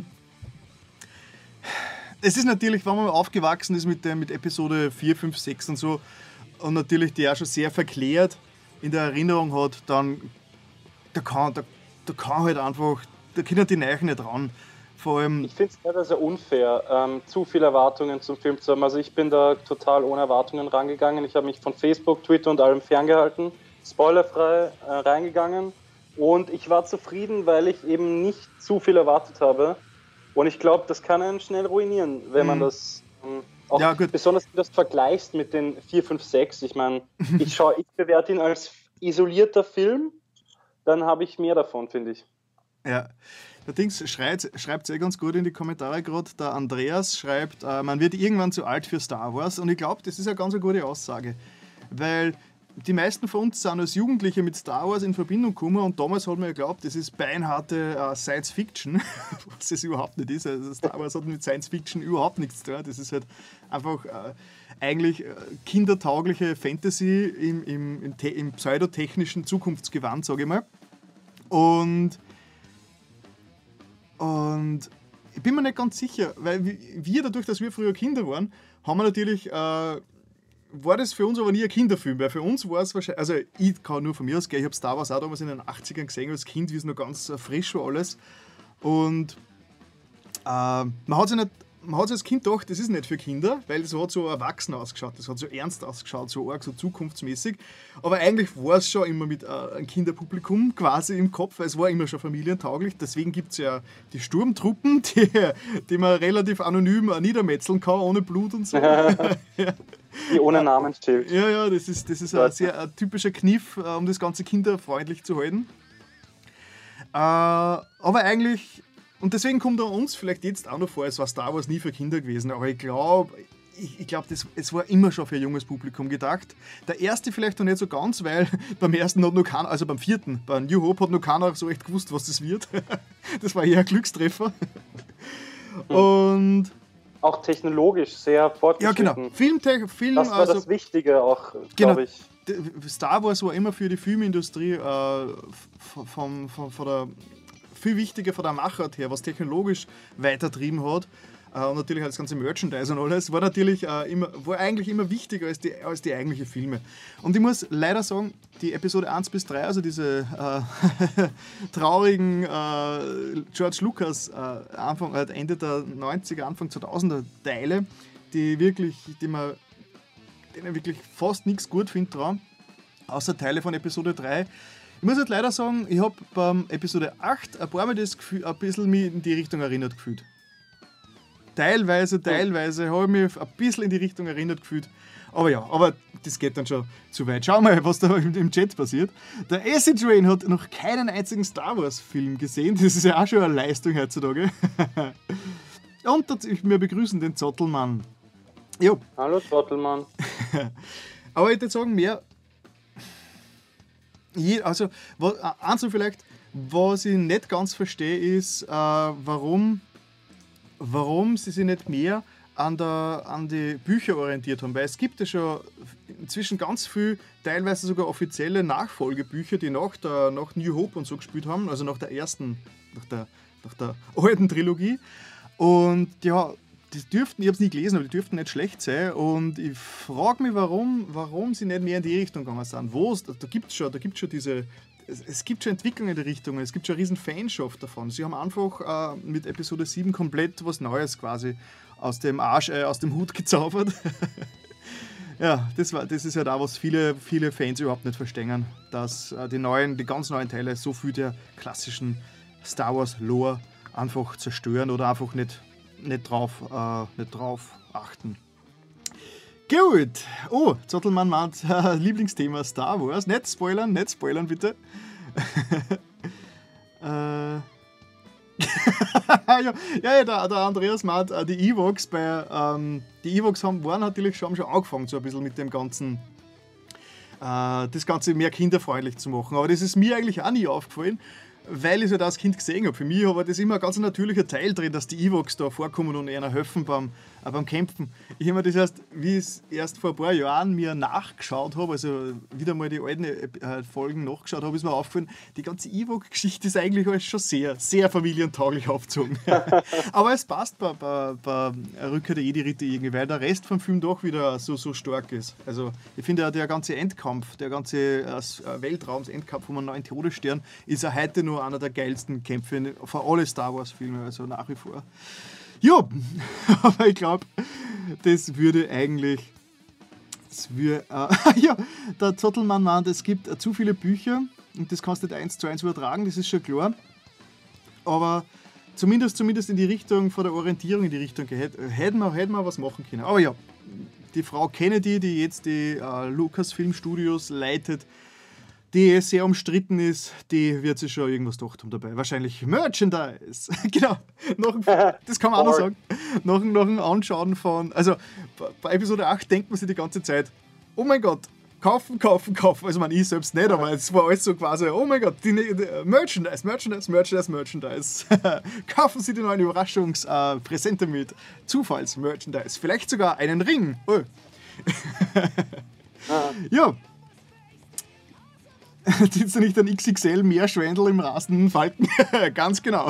es ist natürlich, wenn man aufgewachsen ist mit, der, mit Episode vier, fünf, sechs und so und natürlich die auch schon sehr verklärt in der Erinnerung hat, dann da kann, da, da kann halt einfach, da können die Neichen nicht ran. Vor allem, ich finde es teilweise unfair, ähm, zu viele Erwartungen zum Film zu haben. Also ich bin da total ohne Erwartungen rangegangen. Ich habe mich von Facebook, Twitter und allem ferngehalten, spoilerfrei äh, reingegangen und ich war zufrieden, weil ich eben nicht zu viel erwartet habe. Und ich glaube, das kann einen schnell ruinieren, wenn man das ähm, Auch Ja, gut. besonders, wenn du das vergleichst mit den vier, fünf, sechs. Ich meine, ich schaue, ich bewerte ihn als isolierter Film, dann habe ich mehr davon, finde ich. Ja. Der Dings schreit, schreibt sehr ganz gut in die Kommentare gerade. Der Andreas schreibt, äh, man wird irgendwann zu alt für Star Wars. Und ich glaube, das ist eine ganz eine gute Aussage. Weil die meisten von uns sind als Jugendliche mit Star Wars in Verbindung gekommen und damals hat man ja geglaubt, das ist beinharte äh, Science Fiction, was es überhaupt nicht ist. Also Star Wars hat mit Science Fiction überhaupt nichts zu tun. Das ist halt einfach äh, eigentlich äh, kindertaugliche Fantasy im, im, im, te- im pseudotechnischen Zukunftsgewand, sage ich mal. Und, und ich bin mir nicht ganz sicher, weil wir dadurch, dass wir früher Kinder waren, haben wir natürlich... Äh, war das für uns aber nie ein Kinderfilm, weil für uns war es wahrscheinlich, also ich kann nur von mir aus gehen, ich habe Star Wars auch damals in den achtzigern gesehen als Kind, wie es noch ganz frisch war alles und äh, man hat sich nicht, man hat sich als Kind gedacht, das ist nicht für Kinder, weil es hat so erwachsen ausgeschaut, das hat so ernst ausgeschaut, so arg, so zukunftsmäßig, aber eigentlich war es schon immer mit äh, einem Kinderpublikum quasi im Kopf, weil es war immer schon familientauglich, deswegen gibt es ja die Sturmtruppen, die, die man relativ anonym niedermetzeln kann, ohne Blut und so. Ja. Die ohne Namensschild. Ja, ja, das ist, das ist ein sehr ein typischer Kniff, um das Ganze kinderfreundlich zu halten. Äh, aber eigentlich, und deswegen kommt er uns vielleicht jetzt auch noch vor, es war Star Wars nie für Kinder gewesen, aber ich glaube, ich, ich glaube, es war immer schon für ein junges Publikum gedacht. Der erste vielleicht noch nicht so ganz, weil beim ersten hat noch keiner, also beim vierten, bei New Hope hat noch keiner so echt gewusst, was das wird. Das war eher ein Glückstreffer. Und auch technologisch sehr fortgeschritten. Ja, genau. Filmtech, Film, das war also, das Wichtige auch, genau, glaube ich. Star Wars war immer für die Filmindustrie äh, von, von, von der, viel wichtiger von der Machart her, was technologisch weitertrieben hat. Äh, und natürlich das ganze Merchandise und alles war natürlich äh, immer, war eigentlich immer wichtiger als die, als die eigentlichen Filme. Und ich muss leider sagen, die Episode eins bis drei, also diese äh, traurigen äh, George Lucas äh, Anfang, äh, Ende der neunziger, Anfang zweitausender Teile, die wirklich, die man, denen wirklich fast nichts gut findet dran, außer Teile von Episode drei. Ich muss halt leider sagen, ich habe beim Episode acht ein paar Mal das Gefühl, ein bisschen mich in die Richtung erinnert gefühlt. Teilweise, teilweise habe ich mich ein bisschen in die Richtung erinnert gefühlt. Aber ja, aber das geht dann schon zu weit. Schau mal, was da im Chat passiert. Der Acid Rain hat noch keinen einzigen Star Wars Film gesehen. Das ist ja auch schon eine Leistung heutzutage. Und wir begrüßen den Zottelmann. Jo. Hallo Zottelmann. Aber ich würde sagen, mehr... Also, eins noch vielleicht, was ich nicht ganz verstehe, ist, äh, warum, warum sie sich nicht mehr an, der, an die Bücher orientiert haben. Weil es gibt ja schon inzwischen ganz viel, teilweise sogar offizielle Nachfolgebücher, die nach, der, nach New Hope und so gespielt haben, also nach der ersten, nach der, nach der alten Trilogie. Und ja, die dürften, ich habe es nie gelesen, aber die dürften nicht schlecht sein. Und ich frage mich, warum, warum sie nicht mehr in die Richtung gegangen sind. Wo es, da gibt es schon, da gibt's schon diese, es, es gibt schon Entwicklungen in die Richtung, es gibt schon eine riesen Fanschaft davon. Sie haben einfach äh, mit Episode sieben komplett was Neues quasi aus dem Arsch, äh, aus dem Hut gezaubert. Ja, das, war, das ist ja da, was viele, viele Fans überhaupt nicht verstehen, dass äh, die neuen, die ganz neuen Teile so viel der klassischen Star Wars Lore einfach zerstören oder einfach nicht Nicht drauf, äh, nicht drauf achten. Gut. Oh, Zottelmann meint äh, Lieblingsthema Star Wars. Nicht spoilern, nicht spoilern bitte. äh. ja, ja, der, der Andreas meint, äh, die Ewoks bei, ähm, die Ewoks haben, waren natürlich schon, haben schon angefangen, so ein bisschen mit dem ganzen, äh, das Ganze mehr kinderfreundlich zu machen. Aber das ist mir eigentlich auch nie aufgefallen, weil ich es halt als Kind gesehen habe. Für mich war das immer ein ganz natürlicher Teil drin, dass die Ewoks da vorkommen und einer helfen beim, äh, beim Kämpfen. Ich habe mir das erst, wie ich es erst vor ein paar Jahren mir nachgeschaut habe, also wieder mal die alten äh, Folgen nachgeschaut habe, ist mir aufgefallen, die ganze Ewok-Geschichte ist eigentlich alles schon sehr, sehr familientauglich aufgezogen. Aber es passt bei, bei, bei Rückkehr der Jedi-Ritter irgendwie, weil der Rest vom Film doch wieder so, so stark ist. Also ich finde ja, der ganze Endkampf, der ganze äh, Weltraums-Endkampf vom neuen Todesstern ist ja heute nur einer der geilsten Kämpfe von allen Star Wars-Filmen, also nach wie vor. Ja, aber ich glaube, das würde eigentlich. Das würde, äh, ja, der Zottelmann meint, es gibt äh, zu viele Bücher und das kannst du nicht eins zu eins übertragen, das ist schon klar. Aber zumindest, zumindest in die Richtung, von der Orientierung in die Richtung, hätten hätten wir, hätten wir was machen können. Aber ja, die Frau Kennedy, die jetzt die äh, Lucasfilm Studios leitet, die sehr umstritten ist, die wird sich schon irgendwas gedacht haben dabei. Wahrscheinlich Merchandise. Genau. Nach, das kann man auch noch sagen. Nach, nach dem Anschauen von, also bei Episode acht denkt man sich die ganze Zeit, oh mein Gott, kaufen, kaufen, kaufen. Also man, ich selbst nicht, aber es war alles so quasi, oh mein Gott, die, die, Merchandise, Merchandise, Merchandise, Merchandise. Kaufen Sie die neuen Überraschungspräsente äh, mit. Zufalls-Merchandise. Vielleicht sogar einen Ring. Oh. Ja. Sitzt da nicht ein X X L Meerschwendel im rasenden Falken? Ganz genau.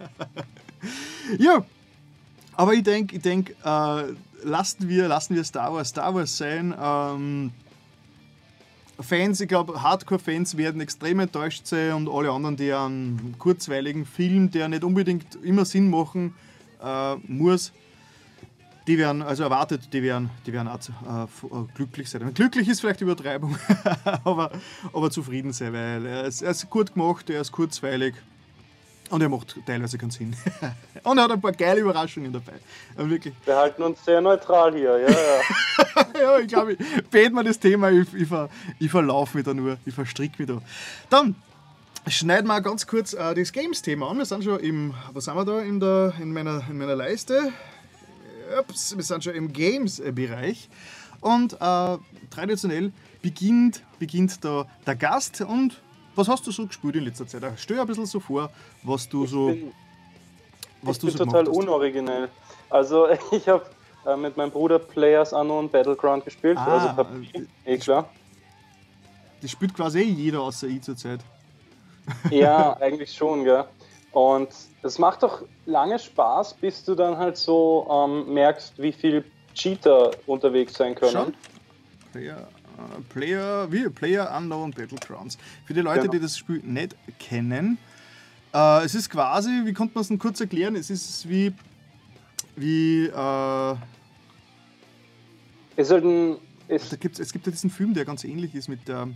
Ja, aber ich denke, ich denk, äh, lassen, wir, lassen wir Star Wars Star Wars sein. Ähm, Fans, ich glaube, Hardcore-Fans werden extrem enttäuscht sein und alle anderen, die einen kurzweiligen Film, der nicht unbedingt immer Sinn machen äh, muss, die werden, also erwartet, die werden, die werden auch äh, glücklich sein. Glücklich ist vielleicht Übertreibung, aber, aber zufrieden sein, weil er ist, er ist gut gemacht, er ist kurzweilig und er macht teilweise keinen Sinn. Und er hat ein paar geile Überraschungen dabei. Aber wirklich. Wir halten uns sehr neutral hier, ja, ja. Ja, ich glaube, ich bete mir das Thema, ich, ich, ver, ich verlaufe mich da nur, ich verstricke mich da. Dann schneiden wir ganz kurz äh, das Games-Thema an. Wir sind schon im, was sind wir da in, der, in, meiner, in meiner Leiste? Ups, wir sind schon im Games-Bereich und äh, traditionell beginnt, beginnt da der Gast. Und was hast du so gespielt in letzter Zeit? Stell dir ein bisschen so vor, was du so Ich bin, was ich du bin so total gemacht hast. unoriginell. Also ich habe äh, mit meinem Bruder Players Unknown Battleground gespielt, Ah, also P U B G, eh klar. Das spielt quasi eh jeder außer ich zurzeit. Ja, eigentlich schon, gell. Und es macht doch lange Spaß, bis du dann halt so ähm, merkst, wie viel Cheater unterwegs sein können. Schon? Player, äh, Player, wie? Player Unknown Battlegrounds. Für die Leute, Genau. die das Spiel nicht kennen, äh, es ist quasi, wie konnte man es denn kurz erklären? Es ist wie, wie, äh, da Es, ist halt ein, es, gibt's, es gibt ja diesen Film, der ganz ähnlich ist mit der,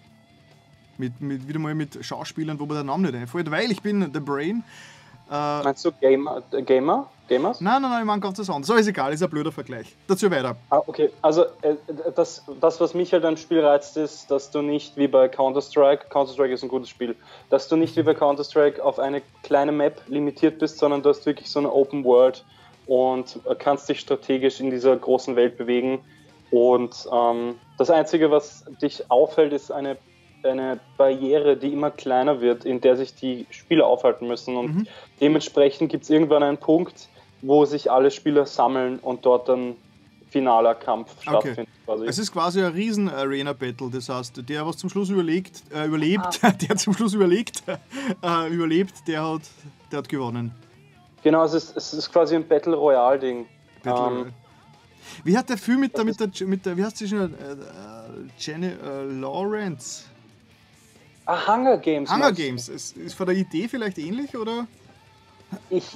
mit, mit, wieder mal mit Schauspielern, wo mir der Name nicht einfällt, weil ich bin The Brain. Äh, meinst du Gamer? Gamer? Gamers? nein, nein, nein, ich meine ganz was anderes. Aber ist egal, ist ein blöder Vergleich. Dazu weiter. Ah, okay. Also äh, das, das, was mich halt am Spiel reizt, ist, dass du nicht wie bei Counter-Strike, Counter-Strike ist ein gutes Spiel, dass du nicht wie bei Counter-Strike auf eine kleine Map limitiert bist, sondern du hast wirklich so eine Open World und kannst dich strategisch in dieser großen Welt bewegen. Und ähm, das Einzige, was dich auffällt, ist eine, eine Barriere, die immer kleiner wird, in der sich die Spieler aufhalten müssen. Und Mhm. dementsprechend gibt es irgendwann einen Punkt, wo sich alle Spieler sammeln und dort dann finaler Kampf Okay. stattfindet. Quasi. Es ist quasi ein riesen Arena-Battle, das heißt, der, was zum Schluss überlegt, äh, überlebt, der zum Schluss überlegt, äh, überlebt, der hat, der hat gewonnen. Genau, es ist, es ist quasi ein Battle Royale-Ding. Battle Ähm, Royale. Wie hat der Film mit der, das mit der, mit der wie heißt sie schon, äh, äh, Jenny äh, Lawrence? ah, Hunger Games. Hunger meinst du? Games. Ist, ist von der Idee vielleicht ähnlich, oder? Ich,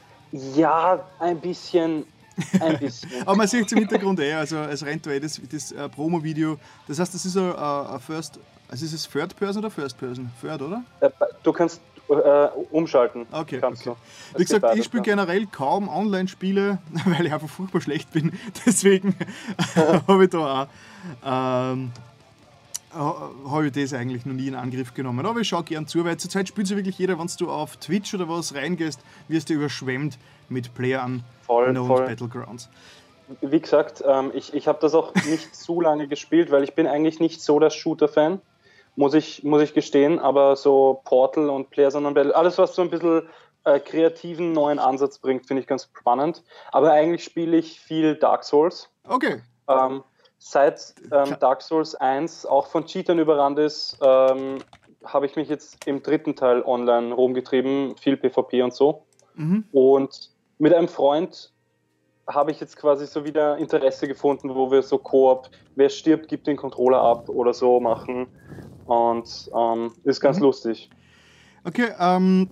ja, ein bisschen. Ein bisschen. Aber man sieht es im Hintergrund eh, also es rennt da eh das, das äh, Promo-Video. Das heißt, das ist ein, äh, ein First, also ist es Third Person oder First Person? Third, oder? Äh, Du kannst äh, umschalten. Okay, kannst okay. Du. Es Wie geht gesagt, beides, ich spiele ja. generell kaum Online-Spiele, weil ich einfach furchtbar schlecht bin. Deswegen habe ich da auch ähm, habe ich das eigentlich noch nie in Angriff genommen. Aber ich schaue gern zu, weil zurzeit spielt ja wirklich jeder, wenn du auf Twitch oder was reingehst, wirst du überschwemmt mit Playern Voll, Unknown voll. Battlegrounds. Wie gesagt, ähm, ich, ich habe das auch nicht zu lange gespielt, weil ich bin eigentlich nicht so der Shooter-Fan, muss ich, muss ich gestehen, aber so Portal und PlayerUnknown's Battle, alles was so ein bisschen äh, kreativen neuen Ansatz bringt, finde ich ganz spannend. Aber eigentlich spiele ich viel Dark Souls. Okay. Ähm, seit ähm, Dark Souls eins auch von Cheatern überrannt ist, ähm, habe ich mich jetzt im dritten Teil online rumgetrieben, viel PvP und so. Mhm. Und mit einem Freund habe ich jetzt quasi so wieder Interesse gefunden, wo wir so Koop, wer stirbt, gibt den Controller ab oder so machen. Und ähm, ist ganz Mhm. lustig. Okay, ähm,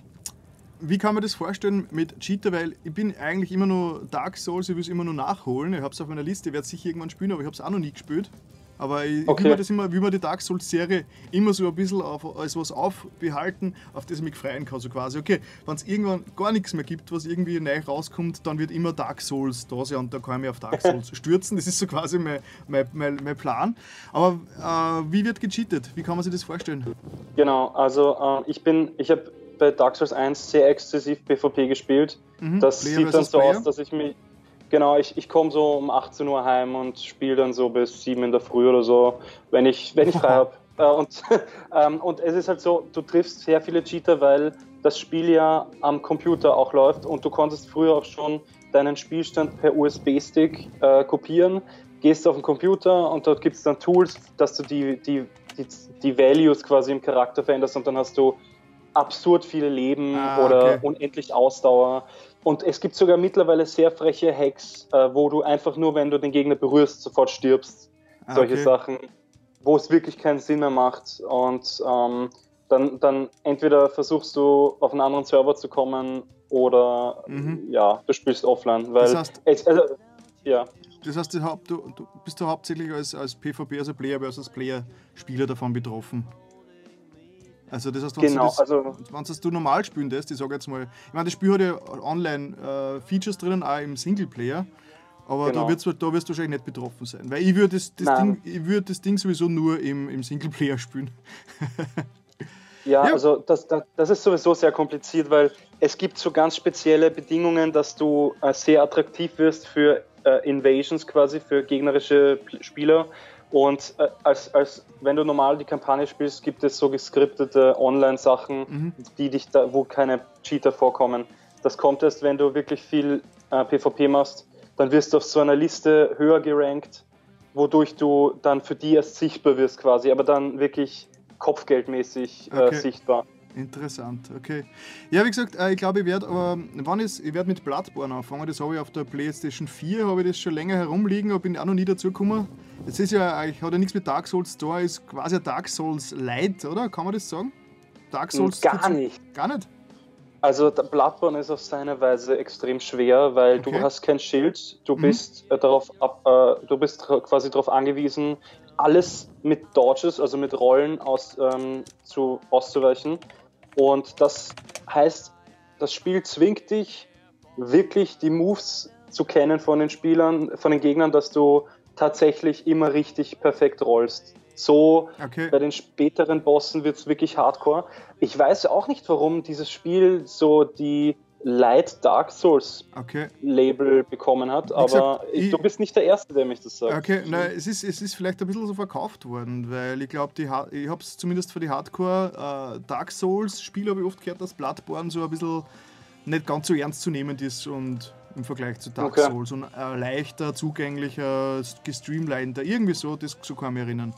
wie kann man das vorstellen mit Cheater? Weil ich bin eigentlich immer nur Dark Souls, ich will es immer nur nachholen. Ich habe es auf meiner Liste, ich werde es sicher irgendwann spielen, aber ich habe es auch noch nie gespielt. Aber ich, Okay. ich will mir das immer, will mir die Dark Souls-Serie immer so ein bisschen auf, als was aufbehalten, auf das ich mich freuen kann. So quasi, okay, wenn es irgendwann gar nichts mehr gibt, was irgendwie neu rauskommt, dann wird immer Dark Souls da sein und da kann ich mich auf Dark Souls stürzen. Das ist so quasi mein, mein, mein, mein Plan. Aber äh, wie wird gecheatet? Wie kann man sich das vorstellen? Genau, also äh, ich bin, ich habe bei Dark Souls eins sehr exzessiv PvP gespielt. Mhm. Das Player sieht dann versus so Player? aus, dass ich mich, genau, ich, ich komme so um achtzehn Uhr heim und spiele dann so bis sieben in der Früh oder so, wenn ich, wenn ich frei habe. Äh, und, ähm, und es ist halt so, du triffst sehr viele Cheater, weil das Spiel ja am Computer auch läuft und du konntest früher auch schon deinen Spielstand per U S B-Stick äh, kopieren, gehst auf den Computer und dort gibt es dann Tools, dass du die, die, die, die Values quasi im Charakter veränderst und dann hast du absurd viele Leben Ah, oder okay. unendlich Ausdauer. Und es gibt sogar mittlerweile sehr freche Hacks, äh, wo du einfach nur, wenn du den Gegner berührst, sofort stirbst. Ah, Solche okay. Sachen, wo es wirklich keinen Sinn mehr macht. Und ähm, dann, dann entweder versuchst du auf einen anderen Server zu kommen oder Mhm. ja, du spielst offline. Weil Das heißt- es, also, ja, Das heißt, du, haupt- du, du bist du hauptsächlich als, als PvP, also Player versus Player Spieler davon betroffen. Also das heißt, wenn genau. du das, Also, wenn das du normal spielen lässt, ich sage jetzt mal, ich meine, das Spiel hat ja Online-Features drinnen, auch im Singleplayer, aber Genau. da, wird's, da wirst du wahrscheinlich nicht betroffen sein, weil ich würde das, das, Nein. Ding, ich würd das Ding sowieso nur im, im Singleplayer spielen. Ja, Ja. also das, das, das ist sowieso sehr kompliziert, weil es gibt so ganz spezielle Bedingungen, dass du äh, sehr attraktiv wirst für äh, Invasions quasi, für gegnerische P- Spieler. Und äh, als, als wenn du normal die Kampagne spielst, gibt es so geskriptete Online-Sachen, Mhm. die dich da, wo keine Cheater vorkommen. Das kommt erst, wenn du wirklich viel äh, PvP machst, dann wirst du auf so einer Liste höher gerankt, wodurch du dann für die erst sichtbar wirst quasi, aber dann wirklich kopfgeldmäßig äh, Okay. sichtbar. Interessant, okay. Ja, wie gesagt, äh, ich glaube, ich werde aber, wann ist, ich werde mit Bloodborne anfangen. Das habe ich auf der PlayStation vier, habe ich das schon länger herumliegen, aber bin auch noch nie dazu gekommen. Jetzt ist ja, eigentlich hat ja nichts mit Dark Souls da, ist quasi ein Dark Souls Light, oder? Kann man das sagen? Dark Souls Gar dazu- nicht. Gar nicht? Also der Bloodborne ist auf seine Weise extrem schwer, weil Okay. du hast kein Schild, du Mhm. bist äh, darauf ab, äh, du bist dra- quasi darauf angewiesen, alles mit Dodges, also mit Rollen aus, ähm, zu, auszuweichen. Und das heißt, das Spiel zwingt dich wirklich die Moves zu kennen von den Spielern, von den Gegnern, dass du tatsächlich immer richtig perfekt rollst. So Okay. bei den späteren Bossen wird es wirklich hardcore. Ich weiß auch nicht, warum dieses Spiel so die Light Dark Souls Okay. Label bekommen hat, aber gesagt, ich, ich- du bist nicht der Erste, der mich das sagt. Okay, nein, es ist, es ist vielleicht ein bisschen so verkauft worden, weil ich glaube, ich habe es zumindest für die Hardcore äh, Dark Souls Spiele habe ich oft gehört, dass Bloodborne so ein bisschen nicht ganz so ernst zu nehmen ist und im Vergleich zu Dark Okay. Souls und äh, leichter, zugänglicher, gestreamliner, irgendwie so, das so kann ich mich erinnern.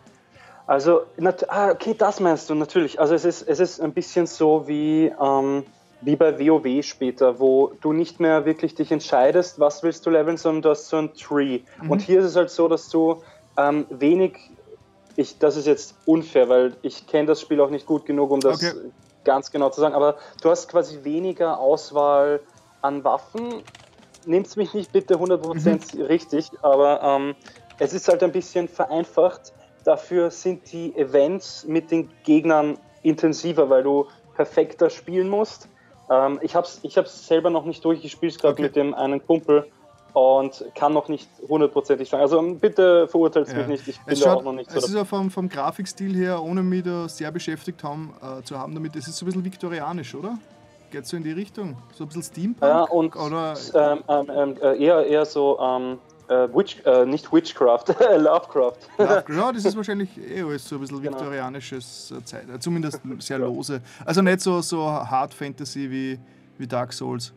Also, nat- ah, okay, das meinst du natürlich. Also es ist, es ist ein bisschen so wie, ähm, wie bei WoW später, wo du nicht mehr wirklich dich entscheidest, was willst du leveln, sondern du hast so ein Tree. Mhm. Und hier ist es halt so, dass du ähm, wenig, ich, das ist jetzt unfair, weil ich kenne das Spiel auch nicht gut genug, um das Okay. ganz genau zu sagen, aber du hast quasi weniger Auswahl an Waffen. Nehmt mich nicht bitte hundert Prozent Mhm. richtig, aber ähm, es ist halt ein bisschen vereinfacht. Dafür sind die Events mit den Gegnern intensiver, weil du perfekter spielen musst. Ähm, ich habe es ich hab's selber noch nicht durchgespielt, gerade Okay. mit dem einen Kumpel und kann noch nicht hundertprozentig sagen. Also bitte verurteilt Ja. mich nicht, ich bin Es, da schaut, auch noch nicht es so. ist ja vom, vom Grafikstil her, ohne mich da sehr beschäftigt haben, äh, zu haben damit, es ist so ein bisschen viktorianisch, oder? Geht so in die Richtung? So ein bisschen Steampunk? Ja, und oder, ähm, ähm, ähm, äh, eher, eher so, ähm, äh, Witch, äh, nicht Witchcraft, Lovecraft. Lovecraft, ja, das ist wahrscheinlich eh alles so ein bisschen Genau. viktorianisches äh, Zeit, äh, zumindest sehr lose. Also nicht so, so Hard Fantasy wie, wie Dark Souls.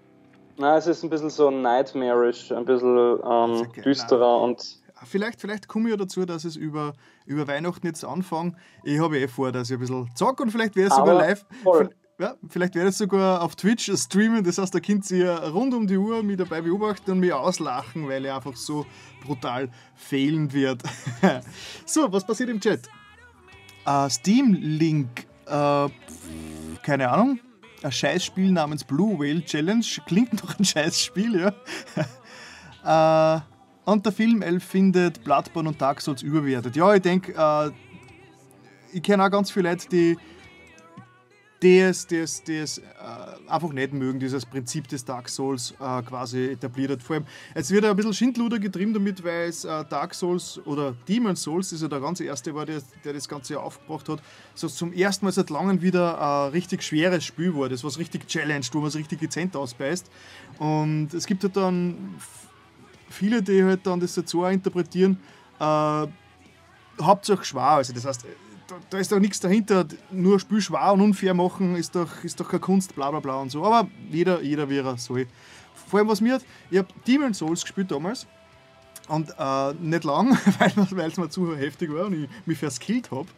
Na, es ist ein bisschen so nightmarish, ein bisschen ähm, okay, düsterer und Vielleicht, vielleicht komme ich ja dazu, dass ich über, über Weihnachten jetzt anfange. Ich habe eh vor, dass ich ein bisschen zock und vielleicht werde ich sogar Aber live. voll. Ja, vielleicht werde ich sogar auf Twitch streamen. Das heißt, da könnt ihr rund um die Uhr mich dabei beobachten und mich auslachen, weil ich einfach so brutal fehlen wird. So, was passiert im Chat? Uh, Steam Link, äh, keine Ahnung. Ein Scheißspiel namens Blue Whale Challenge. Klingt noch ein Scheißspiel, ja. äh, Und der Filmelf findet Bloodborne und Dark Souls überbewertet. Ja, ich denke, äh, ich kenne auch ganz viele Leute, die die es, die es, die es äh, einfach nicht mögen, dieses Prinzip des Dark Souls äh, quasi etabliert hat. Vor allem, es wird ein bisschen Schindluder getrieben damit, weil es äh, Dark Souls oder Demon's Souls, das ja der ganz erste war, der, der das Ganze aufgebracht hat, so zum ersten Mal seit langem wieder ein richtig schweres Spiel war, das was richtig challenged, wo man es richtig dezent ausbeißt. Und es gibt halt dann viele, die halt dann das dazu auch interpretieren, äh, hauptsächlich schwer, also das heißt, Da, da ist doch nichts dahinter, nur Spiel schwer und unfair machen ist doch, ist doch keine Kunst, bla bla bla und so. Aber jeder, jeder wie er soll. Vor allem was mir hat, ich habe Demon's Souls gespielt damals und äh, nicht lang, weil es mir zu heftig war und ich mich verskillt habe.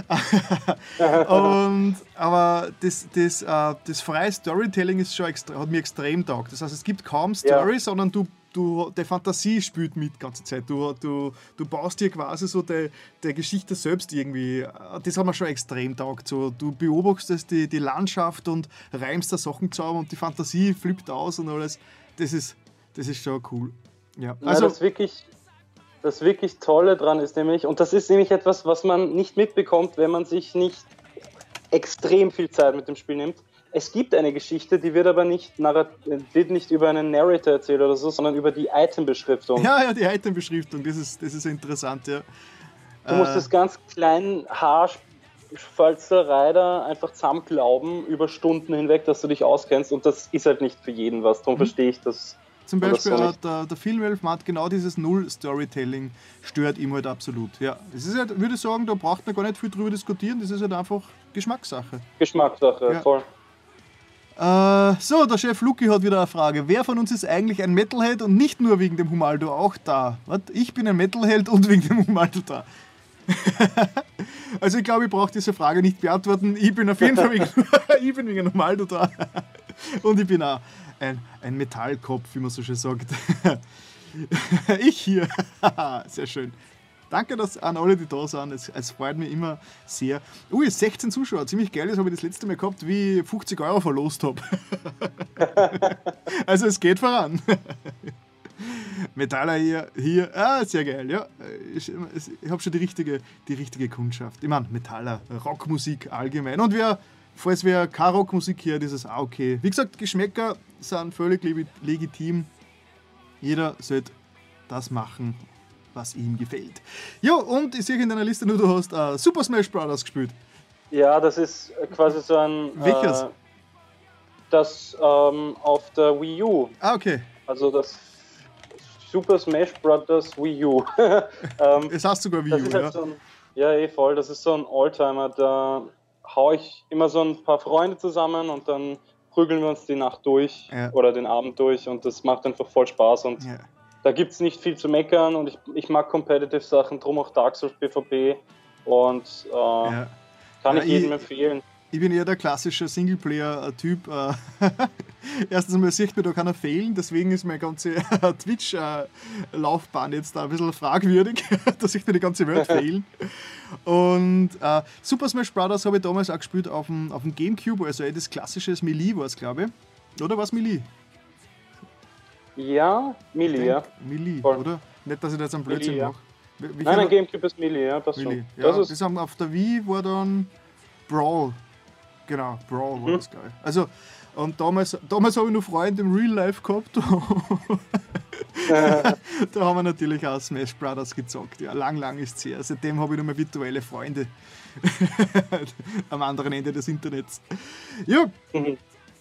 und, aber das, das, äh, das freie Storytelling ist schon extra, hat mir extrem taugt. Das heißt, es gibt kaum Story, ja. sondern du Du, die Fantasie spielt mit die ganze Zeit. Du, du, du baust dir quasi so die, die Geschichte selbst irgendwie. Das hat mir schon extrem taugt. So, du beobachtest die, die Landschaft und reimst da Sachen zusammen und die Fantasie flippt aus und alles. Das ist, das ist schon cool. Ja, also, ja, das, wirklich, das wirklich Tolle dran ist nämlich, und das ist nämlich etwas, was man nicht mitbekommt, wenn man sich nicht extrem viel Zeit mit dem Spiel nimmt. Es gibt eine Geschichte, die wird aber nicht, wird nicht über einen Narrator erzählt oder so, sondern über die Itembeschriftung. Ja, ja, die Itembeschriftung, das ist, das ist interessant, ja. Du musst äh, das ganz kleinen Haarspalzerei da einfach zusammen glauben, über Stunden hinweg, dass du dich auskennst, und das ist halt nicht für jeden was, darum mhm. verstehe ich das. Zum Beispiel so der, der Filmelf macht genau dieses Null-Storytelling, stört ihm halt absolut. Ja, es ist halt, würde ich sagen, da braucht man gar nicht viel drüber diskutieren, das ist halt einfach Geschmackssache. Geschmackssache, ja. Voll. Uh, so, der Chef Luki hat wieder eine Frage. Wer von uns ist eigentlich ein Metalhead und nicht nur wegen dem Humaldo auch da? Was? Ich bin ein Metalhead und wegen dem Humaldo da. Also ich glaube, ich brauche diese Frage nicht beantworten. Ich bin auf jeden Fall wegen, ich bin wegen Humaldo da. Und ich bin auch ein, ein Metallkopf, wie man so schön sagt. Ich hier. Sehr schön. Danke dass an alle, die da sind. Es, es freut mich immer sehr. Ui, sechzehn Zuschauer. Ziemlich geil. Das habe ich das letzte Mal gehabt, wie ich fünfzig Euro verlost habe. Also es geht voran. Metaller hier. hier. Ah, sehr geil. Ja, ich, ich habe schon die richtige, die richtige Kundschaft. Ich meine, Metaller, Rockmusik allgemein. Und wer, falls wer keine Rockmusik hört, ist es auch okay. Wie gesagt, Geschmäcker sind völlig legitim. Jeder sollte das machen, was ihm gefällt. Ja, und ich sehe in deiner Liste nur, du hast uh, Super Smash Bros. Gespielt. Ja, das ist quasi so ein... Welches? Äh, das ähm, auf der Wii U. Ah, okay. Also das Super Smash Bros. Wii U. ähm, es heißt sogar Wii U, halt ja? So ein, ja, eh voll. Das ist so ein Alltimer. Da hau ich immer so ein paar Freunde zusammen und dann prügeln wir uns die Nacht durch, ja. Oder den Abend durch, und das macht einfach voll Spaß. Und ja. Da gibt es nicht viel zu meckern, und ich, ich mag Competitive Sachen, drum auch Dark Souls PvP, und äh, ja. kann ja, ich jedem ich, empfehlen. Ich bin eher der klassische Singleplayer-Typ. Erstens einmal sieht mir da keiner fehlen, deswegen ist meine ganze Twitch-Laufbahn jetzt da ein bisschen fragwürdig, dass ich mir die ganze Welt fehlen. Und äh, Super Smash Bros. Habe ich damals auch gespielt auf dem, auf dem Gamecube, also eh das klassische Melee war es, glaube ich. Oder war es Melee? Ja, Melee, ja. Melee, oder? Nicht, dass ich da jetzt einen Blödsinn Melee, mache. Ja. Nein, ein Gamecube ist Melee, ja, passt Melee. schon. Ja, das ist das haben auf der Wii war dann Brawl. Genau, Brawl war mhm. das geil. Also, und damals, damals habe ich noch Freunde im Real Life gehabt. Da haben wir natürlich auch Smash Brothers gezockt. Ja, lang, lang ist es her. Seitdem habe ich noch mal virtuelle Freunde am anderen Ende des Internets. Ja. Mhm.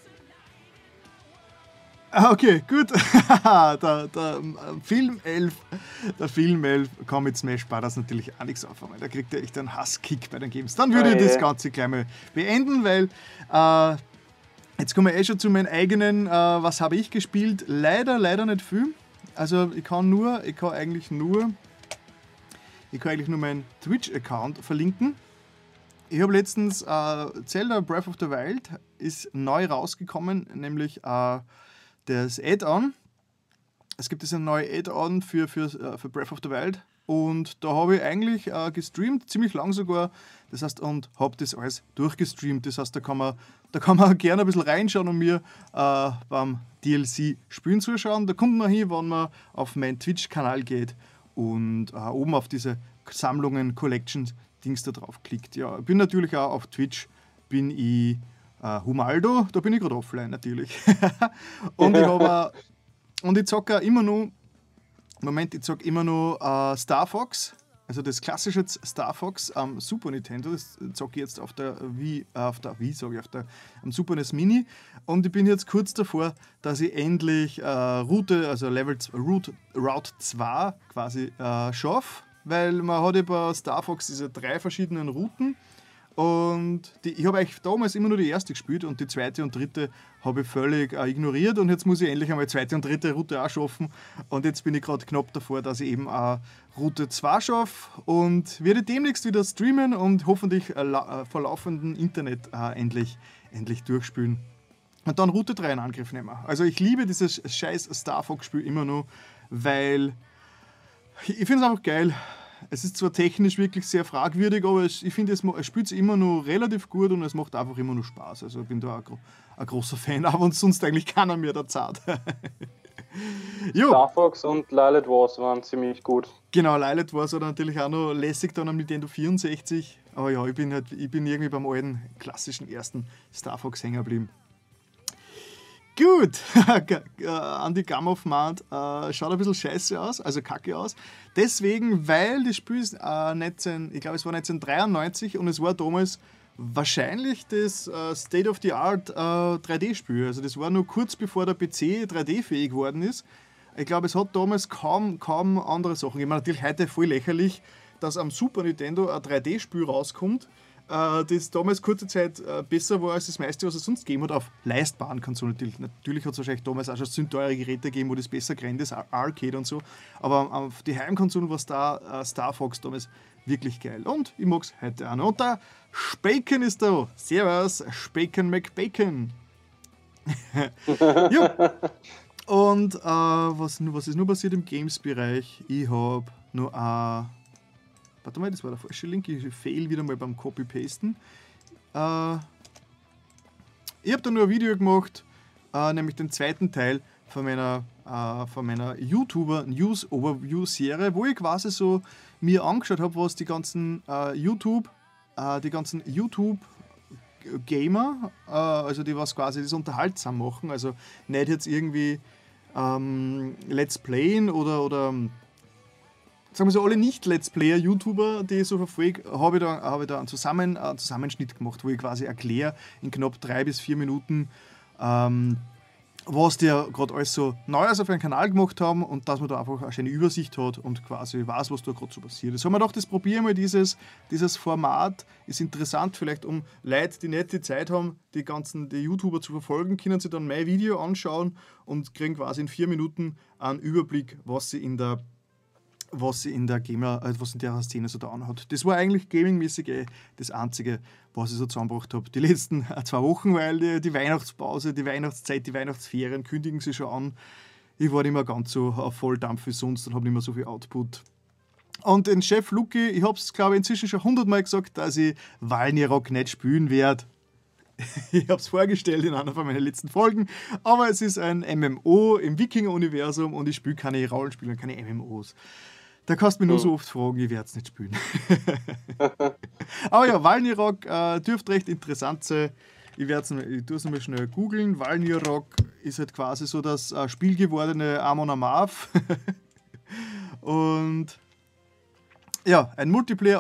Okay, gut. der, der Filmelf, der Filmelf kann mit Smash Bros. Natürlich auch nichts anfangen. Da kriegt er echt einen Hasskick bei den Games. Dann würde ich das Ganze gleich mal beenden, weil äh, jetzt kommen wir eh schon zu meinen eigenen, äh, was habe ich gespielt? Leider, leider nicht viel. Also ich kann nur, ich kann eigentlich nur, ich kann eigentlich nur meinen Twitch-Account verlinken. Ich habe letztens äh, Zelda Breath of the Wild ist neu rausgekommen, nämlich äh, das Add-on. Es gibt jetzt ein neues Add-on für, für, für Breath of the Wild, und da habe ich eigentlich äh, gestreamt, ziemlich lang sogar, das heißt, und habe das alles durchgestreamt. Das heißt, da kann man, da kann man gerne ein bisschen reinschauen und mir äh, beim, D L C-Spielen zuschauen. Da kommt man hin, wenn man auf meinen Twitch-Kanal geht und äh, oben auf diese Sammlungen, Collections, Dings da drauf klickt. Ja, ich bin natürlich auch auf Twitch, bin ich äh, Humaldo, da bin ich gerade offline natürlich. und ich habe und ich zocke immer nur, Moment, ich zocke immer nur äh, Star Fox, also das klassische Star Fox am Super Nintendo, das zocke ich jetzt auf der Wii, äh, auf der Wii, sage ich, auf der, am Super N E S Mini, und ich bin jetzt kurz davor, dass ich endlich äh, Route, also Level Route, Route zwei quasi äh, schaffe, weil man hat ja bei Star Fox diese drei verschiedenen Routen. Und die, ich habe eigentlich damals immer nur die erste gespielt und die zweite und dritte habe ich völlig äh, ignoriert, und jetzt muss ich endlich einmal die zweite und dritte Route auch schaffen, und jetzt bin ich gerade knapp davor, dass ich eben auch Route zwei schaffe und werde demnächst wieder streamen und hoffentlich äh, äh, vor laufendem Internet äh, endlich, endlich durchspielen und dann Route drei in Angriff nehmen. Also ich liebe dieses scheiß Star Fox Spiel immer noch, weil ich finde es einfach geil. Es ist zwar technisch wirklich sehr fragwürdig, aber es, ich finde, es, es spielt sich immer noch relativ gut und es macht einfach immer noch Spaß. Also ich bin da ein, ein großer Fan, aber und sonst eigentlich keiner mehr der Zart. Star Fox und Lilith Wars waren ziemlich gut. Genau, Lilith Wars war natürlich auch noch lässig dann am Nintendo vierundsechzig. Aber ja, ich bin, halt, ich bin irgendwie beim alten, klassischen ersten Star Fox hängen geblieben. Gut, Andy Gamow meint, äh, schaut ein bisschen scheiße aus, also kacke aus. Deswegen, weil das Spiel ist äh, neunzehn, ich glaube es war neunzehnhundertdreiundneunzig und es war damals wahrscheinlich das äh, State-of-the-Art äh, drei D-Spiel. Also das war nur kurz bevor der P C drei D-fähig geworden ist. Ich glaube, es hat damals kaum, kaum andere Sachen gegeben. Natürlich heute voll lächerlich, dass am Super Nintendo ein drei D-Spiel rauskommt, das damals kurze Zeit besser war als das meiste, was es sonst gegeben hat, auf leistbaren Konsolen. Natürlich, natürlich hat es wahrscheinlich damals auch schon sündteure Geräte gegeben, wo das besser gerannt ist, Arcade und so, aber auf die Heimkonsolen war Star, Star Fox damals wirklich geil. Und ich mag es heute auch noch. Und der Spaken ist da. Servus, Spaken McBacon. Ja. Und äh, was, was ist nur passiert im Games-Bereich? Ich habe nur ein äh, Warte mal, das war der falsche Link. Ich fail wieder mal beim Copy-Pasten. Äh, ich habe da nur ein Video gemacht, äh, nämlich den zweiten Teil von meiner, äh, von meiner YouTuber-News-Overview-Serie, wo ich quasi so mir angeschaut habe, was die ganzen äh, YouTube, äh, die ganzen YouTube-Gamer, äh, also die was quasi das unterhaltsam machen, also nicht jetzt irgendwie ähm, Let's Playen oder, oder sagen wir so, alle Nicht-Let's Player-YouTuber, die ich so verfolge, habe ich da, hab ich da einen, Zusammen, einen Zusammenschnitt gemacht, wo ich quasi erkläre in knapp drei bis vier Minuten, ähm, was die gerade alles so Neues auf ihren Kanal gemacht haben und dass man da einfach eine schöne Übersicht hat und quasi weiß, was da gerade so passiert. Jetzt haben wir gedacht, das probieren wir, dieses, dieses Format ist interessant, vielleicht um Leute, die nicht die Zeit haben, die ganzen die YouTuber zu verfolgen, können sie dann mein Video anschauen und kriegen quasi in vier Minuten einen Überblick, was sie in der was sie in der Gamer, äh, was in der Szene so da anhat. Das war eigentlich gamingmäßig eh das Einzige, was ich so zusammengebracht habe. Die letzten äh, zwei Wochen, weil die, die Weihnachtspause, die Weihnachtszeit, die Weihnachtsferien kündigen sie schon an. Ich war nicht mehr ganz so auf Volldampf wie sonst und habe nicht mehr so viel Output. Und den Chef Luki, ich habe es glaube ich inzwischen schon hundertmal gesagt, dass ich Valnirok nicht spielen werde. Ich habe es vorgestellt in einer von meinen letzten Folgen, aber es ist ein M M O im Wikinger-Universum und ich spiele keine Rollenspiele und keine M M Os. Da kannst du mich nur so oft fragen, ich werde es nicht spielen. Aber ja, Valnirok äh, dürfte recht interessant sein. Ich, ich tue es nochmal schnell googeln. Valnirok ist halt quasi so das äh, spielgewordene Amon Amarth. Und ja, ein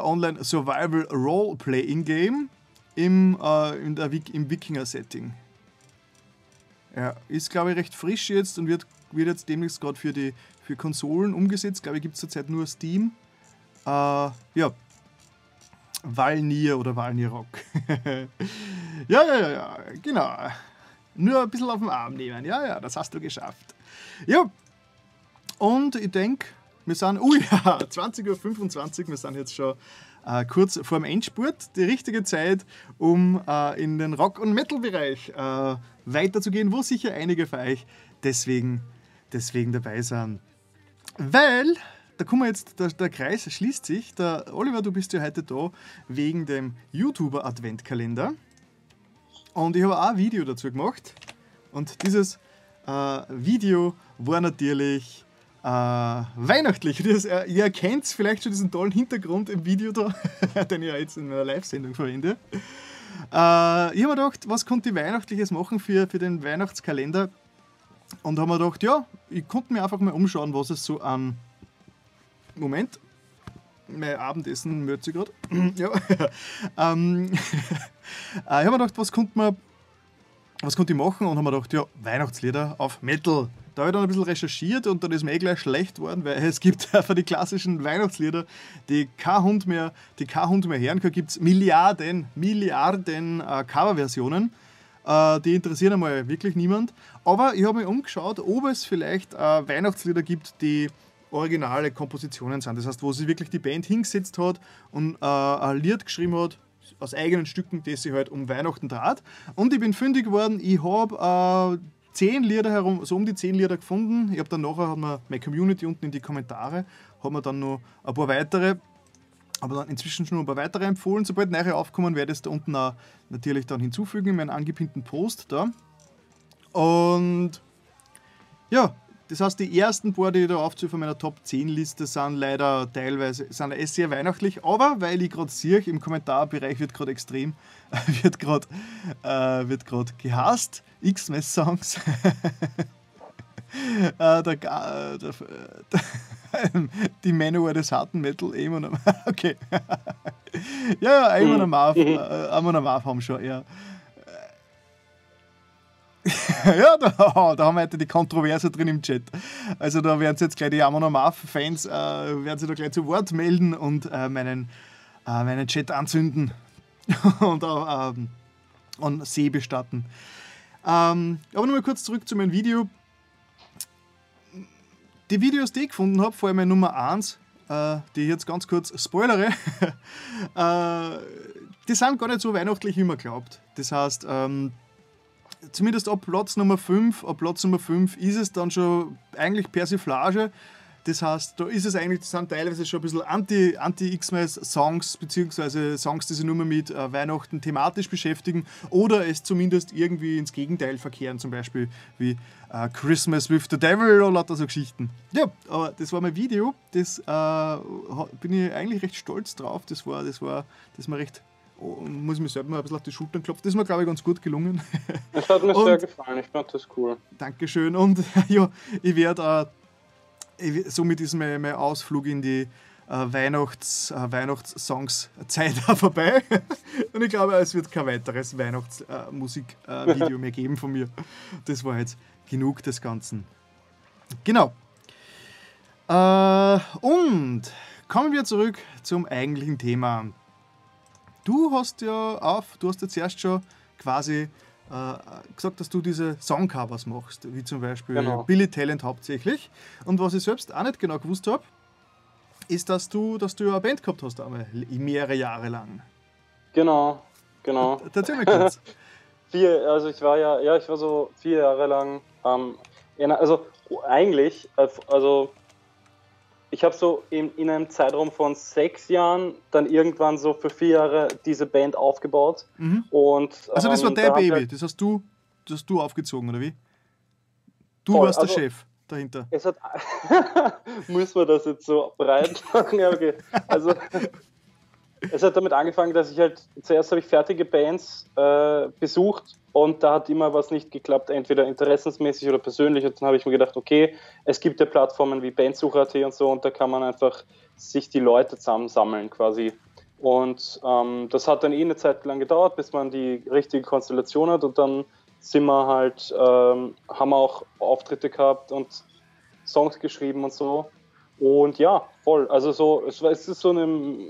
Multiplayer-Online-Survival-Role-Playing-Game im, äh, in der, im Wikinger-Setting. Ja, ist glaube ich recht frisch jetzt und wird, wird jetzt demnächst gerade für die für Konsolen umgesetzt. Glaube ich, gibt es zurzeit nur Steam. Äh, ja, Valnir oder Valnirok. ja, ja, ja, ja, genau. Nur ein bisschen auf den Arm nehmen. Ja, ja, das hast du geschafft. Ja, und ich denke, wir sind, ui, ja, zwanzig Uhr fünfundzwanzig, wir sind jetzt schon äh, kurz vor dem Endspurt. Die richtige Zeit, um äh, in den Rock- und Metal-Bereich äh, weiterzugehen, wo sicher einige von euch deswegen, deswegen dabei sind. Weil, da kommen wir jetzt, der, der Kreis schließt sich. Der Oliver, du bist ja heute da wegen dem YouTuber-Adventkalender. Und ich habe auch ein Video dazu gemacht. Und dieses äh, Video war natürlich äh, weihnachtlich. Das, äh, ihr erkennt vielleicht schon diesen tollen Hintergrund im Video da, den ich ja jetzt in meiner Live-Sendung verwende. Äh, ich habe mir gedacht, was konnte ich Weihnachtliches machen für, für den Weihnachtskalender? Und habe mir gedacht, ja, ich konnte mir einfach mal umschauen, was es so an... Moment, mein Abendessen mört sich gerade. Ja. ähm, ich habe mir gedacht, was konnte man, was konnte ich machen? Und habe mir gedacht, ja, Weihnachtslieder auf Metal. Da habe ich dann ein bisschen recherchiert und dann ist mir eh gleich schlecht geworden, weil es gibt einfach die klassischen Weihnachtslieder, die kein Hund mehr, die kein Hund mehr hören kann, gibt es Milliarden, Milliarden äh, Coverversionen. Äh, die interessieren einmal wirklich niemand. Aber ich habe mich umgeschaut, ob es vielleicht äh, Weihnachtslieder gibt, die originale Kompositionen sind. Das heißt, wo sich wirklich die Band hingesetzt hat und äh, ein Lied geschrieben hat, aus eigenen Stücken, das sie halt um Weihnachten trat. Und ich bin fündig geworden, ich habe äh, zehn Lieder herum, so um die zehn Lieder gefunden. Ich habe dann nachher, hat mir meine Community unten in die Kommentare, hat mir dann noch ein paar weitere, aber dann inzwischen schon ein paar weitere empfohlen. Sobald neue aufkommen, werde ich es da unten auch natürlich dann hinzufügen in meinen angepinnten Post da. Und ja, das heißt, die ersten paar, die ich da aufziehe von meiner Top zehn Liste, sind leider teilweise sind eh sehr weihnachtlich, aber weil ich gerade sehe, im Kommentarbereich wird gerade extrem, wird gerade äh, wird gerade gehasst, X-Mess-Songs. äh, der, der, der, die Manowar des harten Metal, Amon Amarth, okay. ja, ja, Amon Amarth, äh, Amon Amarth haben schon, ja. ja, da, da haben wir heute die Kontroverse drin im Chat. Also da werden sich jetzt gleich die Amon Amarth-Fans äh, werden sich da gleich zu Wort melden und äh, meinen, äh, meinen Chat anzünden und auch ähm, und See bestatten. Ähm, aber nochmal kurz zurück zu meinem Video. Die Videos, die ich gefunden habe, vor allem Nummer eins, äh, die ich jetzt ganz kurz spoilere, äh, die sind gar nicht so weihnachtlich, wie man glaubt. Das heißt, ähm, zumindest ab Platz Nummer fünf, ab Platz Nummer fünf ist es dann schon eigentlich Persiflage. Das heißt, da ist es eigentlich, das sind teilweise schon ein bisschen Anti, Anti-X-Mess-Songs, beziehungsweise Songs, die sich nur mehr mit äh, Weihnachten thematisch beschäftigen oder es zumindest irgendwie ins Gegenteil verkehren, zum Beispiel wie äh, Christmas with the Devil oder lauter so Geschichten. Ja, aber das war mein Video, das äh, bin ich eigentlich recht stolz drauf, das war, das war, das war recht... Oh, muss ich mir selber mal ein bisschen auf die Schultern klopfen. Das ist mir, glaube ich, ganz gut gelungen. Es hat mir und, sehr gefallen, ich fand das cool. Dankeschön. Und ja, ich werde äh, somit ist mein, mein Ausflug in die äh, Weihnachts, äh, Weihnachtssongs-Zeit vorbei. Und ich glaube, es wird kein weiteres Weihnachtsmusikvideo äh, äh, mehr geben von mir. Das war jetzt genug des Ganzen. Genau. Äh, und kommen wir zurück zum eigentlichen Thema. Du hast ja auf, du hast jetzt erst schon quasi äh, gesagt, dass du diese Songcovers machst, wie zum Beispiel genau. Billy Talent hauptsächlich. Und was ich selbst auch nicht genau gewusst habe, ist, dass du, dass du ja eine Band gehabt hast, einmal mehrere Jahre lang. Genau, genau. Erzähl mir kurz. vier, also ich war ja, ja, ich war so vier Jahre lang, ähm, in, also eigentlich, also ich habe so in, in einem Zeitraum von sechs Jahren dann irgendwann so für vier Jahre diese Band aufgebaut. Mhm. Und, also das war ähm, dein da Baby, halt, das hast du, das hast du aufgezogen, oder wie? Du voll, warst also, der Chef dahinter. Es hat, muss man das jetzt so breit machen? Ja, okay. Also es hat damit angefangen, dass ich halt, zuerst habe ich fertige Bands äh, besucht und da hat immer was nicht geklappt, entweder interessensmäßig oder persönlich, und dann habe ich mir gedacht, okay, es gibt ja Plattformen wie Bandsucher punkt at und so und da kann man einfach sich die Leute zusammensammeln quasi. Und ähm, das hat dann eh eine Zeit lang gedauert, bis man die richtige Konstellation hat, und dann sind wir halt, ähm, haben wir auch Auftritte gehabt und Songs geschrieben und so. Und ja, voll. Also so, es ist so eine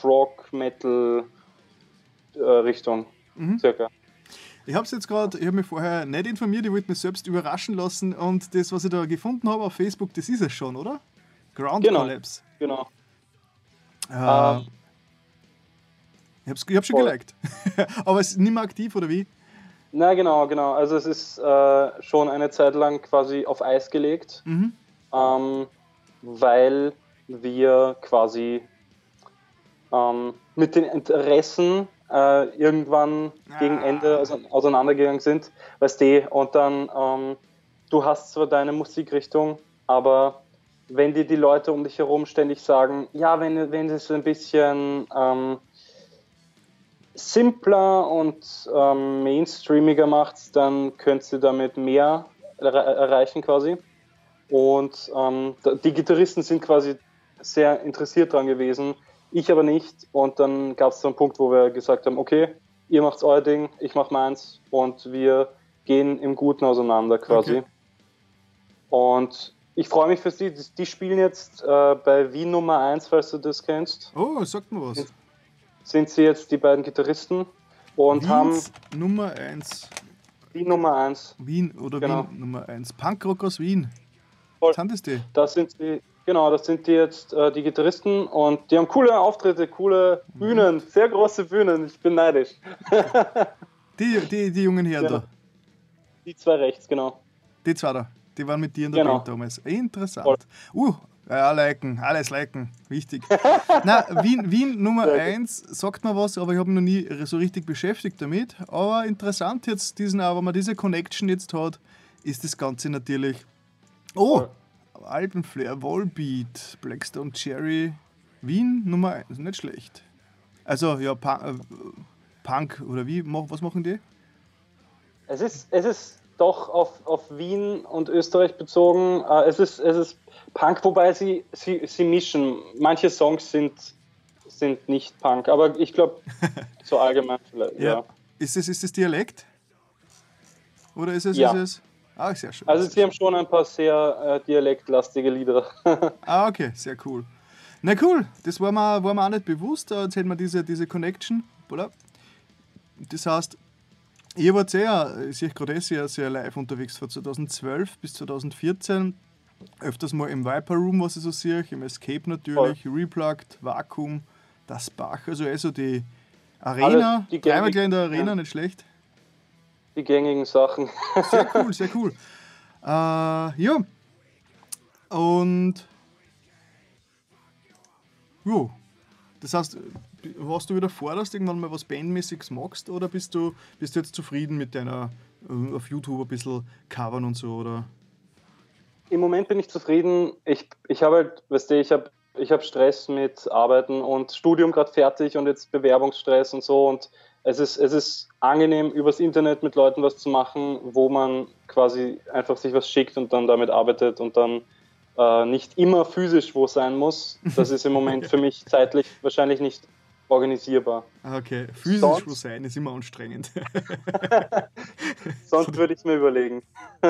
Hard-Rock-Metal-Richtung, äh, mhm. circa. Ich habe es jetzt gerade, ich habe mich vorher nicht informiert, ich wollte mich selbst überraschen lassen, und das, was ich da gefunden habe auf Facebook, das ist es schon, oder? Ground genau, Collapse. Genau. Äh, uh, ich habe hab schon voll. geliked. Aber es ist nicht mehr aktiv, oder wie? Na genau, genau. Also es ist äh, schon eine Zeit lang quasi auf Eis gelegt, mhm. ähm, weil wir quasi ähm, mit den Interessen äh, irgendwann ah. gegen Ende auseinandergegangen sind, weißt du, und dann ähm, du hast zwar deine Musikrichtung, aber wenn dir die Leute um dich herum ständig sagen, ja, wenn, wenn du es ein bisschen ähm, simpler und ähm, mainstreamiger macht, dann könntest du damit mehr er erreichen quasi. Und ähm, die Gitarristen sind quasi sehr interessiert dran gewesen, ich aber nicht. Und dann gab es so einen Punkt, wo wir gesagt haben, okay, ihr macht euer Ding, ich mach meins und wir gehen im Guten auseinander quasi. Okay. Und ich freue mich für sie. Die spielen jetzt äh, bei Wien Nummer eins, falls du das kennst. Oh, sagt mir was. Sind, sind sie jetzt die beiden Gitarristen und Wiens haben Nummer eins. Wien Nummer eins. Wien oder genau. Wien Nummer eins. Punkrock aus Wien. Voll. Sind das die? Das sind die, genau, das sind die jetzt äh, die Gitarristen und die haben coole Auftritte, coole Bühnen, mhm. sehr große Bühnen. Ich bin neidisch. die, die, die jungen Herren genau. da. Die zwei rechts, genau. Die zwei da. Die waren mit dir in der genau. Band damals. Interessant. Voll. Uh, ja, liken, alles liken. Wichtig. Na, Wien, Wien Nummer eins sagt mir was, aber ich habe mich noch nie so richtig beschäftigt damit. Aber interessant jetzt, diesen, wenn man diese Connection jetzt hat, ist das Ganze natürlich. Oh! Alpenflair, Volbeat, Blackstone Cherry, Wien Nummer eins. Nicht schlecht. Also, ja, Punk, äh, Punk oder wie? Was machen die? Es ist, es ist doch auf, auf Wien und Österreich bezogen. Äh, es, ist, es ist Punk, wobei sie, sie, sie mischen. Manche Songs sind, sind nicht Punk, aber ich glaube, so allgemein vielleicht. Ja. Ja. Ist es ist das Dialekt? Oder ist es? Ja. Ist es? Ah, sehr schön. Also, sie haben schon ein paar sehr äh, dialektlastige Lieder. Ah, okay, sehr cool. Na cool, das war mir, war mir auch nicht bewusst. Jetzt hätten wir diese, diese Connection. Das heißt, ihr wart sehr, ich sehe gerade sehr, sehr live unterwegs von zweitausendzwölf bis zweitausendvierzehn. Öfters mal im Viper Room, was ich so sehe, im Escape natürlich, Voll. Replugged, Vakuum, das Bach, also also die Arena, die dreimal gleich in der Arena, ja. Nicht schlecht. Die gängigen Sachen. Sehr cool, sehr cool. Äh, ja, und jo, das heißt, hast du wieder vor, dass du irgendwann mal was Bandmäßiges magst oder bist du, bist du jetzt zufrieden mit deiner äh, auf YouTube ein bisschen covern und so, oder? Im Moment bin ich zufrieden. Ich, ich habe halt, weißt du, ich habe ich hab Stress mit Arbeiten und Studium gerade fertig und jetzt Bewerbungsstress und so und es ist, es ist angenehm, übers Internet mit Leuten was zu machen, wo man quasi einfach sich was schickt und dann damit arbeitet und dann äh, nicht immer physisch wo sein muss. Das ist im Moment für mich zeitlich wahrscheinlich nicht organisierbar. Okay, physisch Sonst, wo sein ist immer anstrengend. Sonst würde ich es mir überlegen.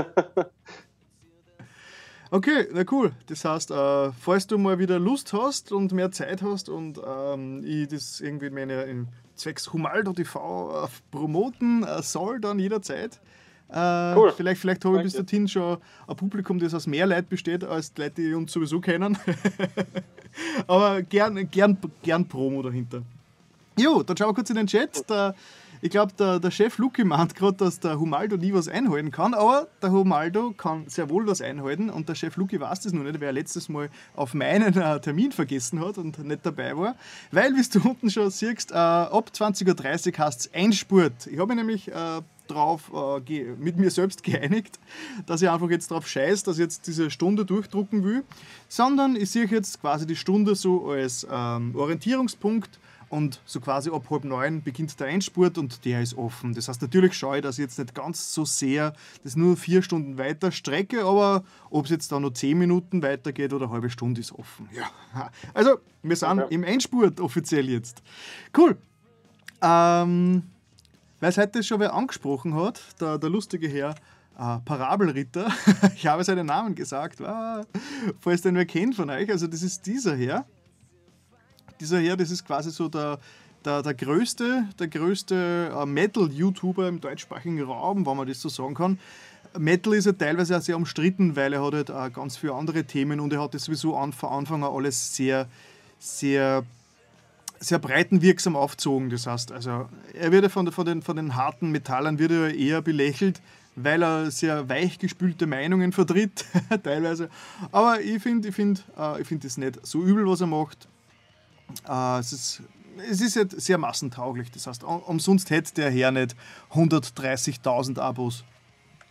Okay, na cool. Das heißt, äh, falls du mal wieder Lust hast und mehr Zeit hast und ähm, ich das irgendwie meine in zwecks Humaldo T V äh, promoten äh, soll, dann jederzeit. Äh, cool. Vielleicht, vielleicht habe ich bis dorthin schon ein Publikum, das aus mehr Leuten besteht, als die Leute, die uns sowieso kennen. Aber gern, gern, gern Promo dahinter. Jo, dann schauen wir kurz in den Chat. Der, ich glaube, der, der Chef Luki meint gerade, dass der Humaldo nie was einhalten kann, aber der Humaldo kann sehr wohl was einhalten und der Chef Luki weiß das noch nicht, weil er letztes Mal auf meinen äh, Termin vergessen hat und nicht dabei war. Weil, wie du unten schon siehst, äh, ab zwanzig Uhr dreißig heißt es Einspurt. Ich habe mich nämlich äh, drauf äh, mit mir selbst geeinigt, dass ich einfach jetzt drauf scheiß, dass ich jetzt diese Stunde durchdrucken will, sondern ich sehe jetzt quasi die Stunde so als ähm, Orientierungspunkt. Und so quasi ab halb neun beginnt der Endspurt und der ist offen. Das heißt, natürlich schaue ich, dass ich jetzt nicht ganz so sehr das nur vier Stunden weiter strecke, aber ob es jetzt da noch zehn Minuten weitergeht oder eine halbe Stunde ist offen. Ja. Also, wir sind okay. Im Endspurt offiziell jetzt. Cool. Ähm, weil es heute schon wer angesprochen hat, der, der lustige Herr äh, Parabelritter, ich habe seinen Namen gesagt, ah, falls den wer kennt von euch, also das ist dieser Herr. Dieser Herr, das ist quasi so der, der, der größte, der größte äh, Metal-YouTuber im deutschsprachigen Raum, wenn man das so sagen kann. Metal ist ja teilweise auch sehr umstritten, weil er hat halt auch ganz viele andere Themen und er hat das sowieso an, von Anfang an alles sehr, sehr, sehr breitenwirksam aufgezogen. Das heißt, also er wird ja von, von, den, von den harten Metallern wird er eher belächelt, weil er sehr weichgespülte Meinungen vertritt, teilweise. Aber ich finde ich find, äh, ich find das nicht so übel, was er macht. Uh, es ist, es ist halt sehr massentauglich, das heißt, umsonst hätte der Herr nicht hundertdreißigtausend Abos.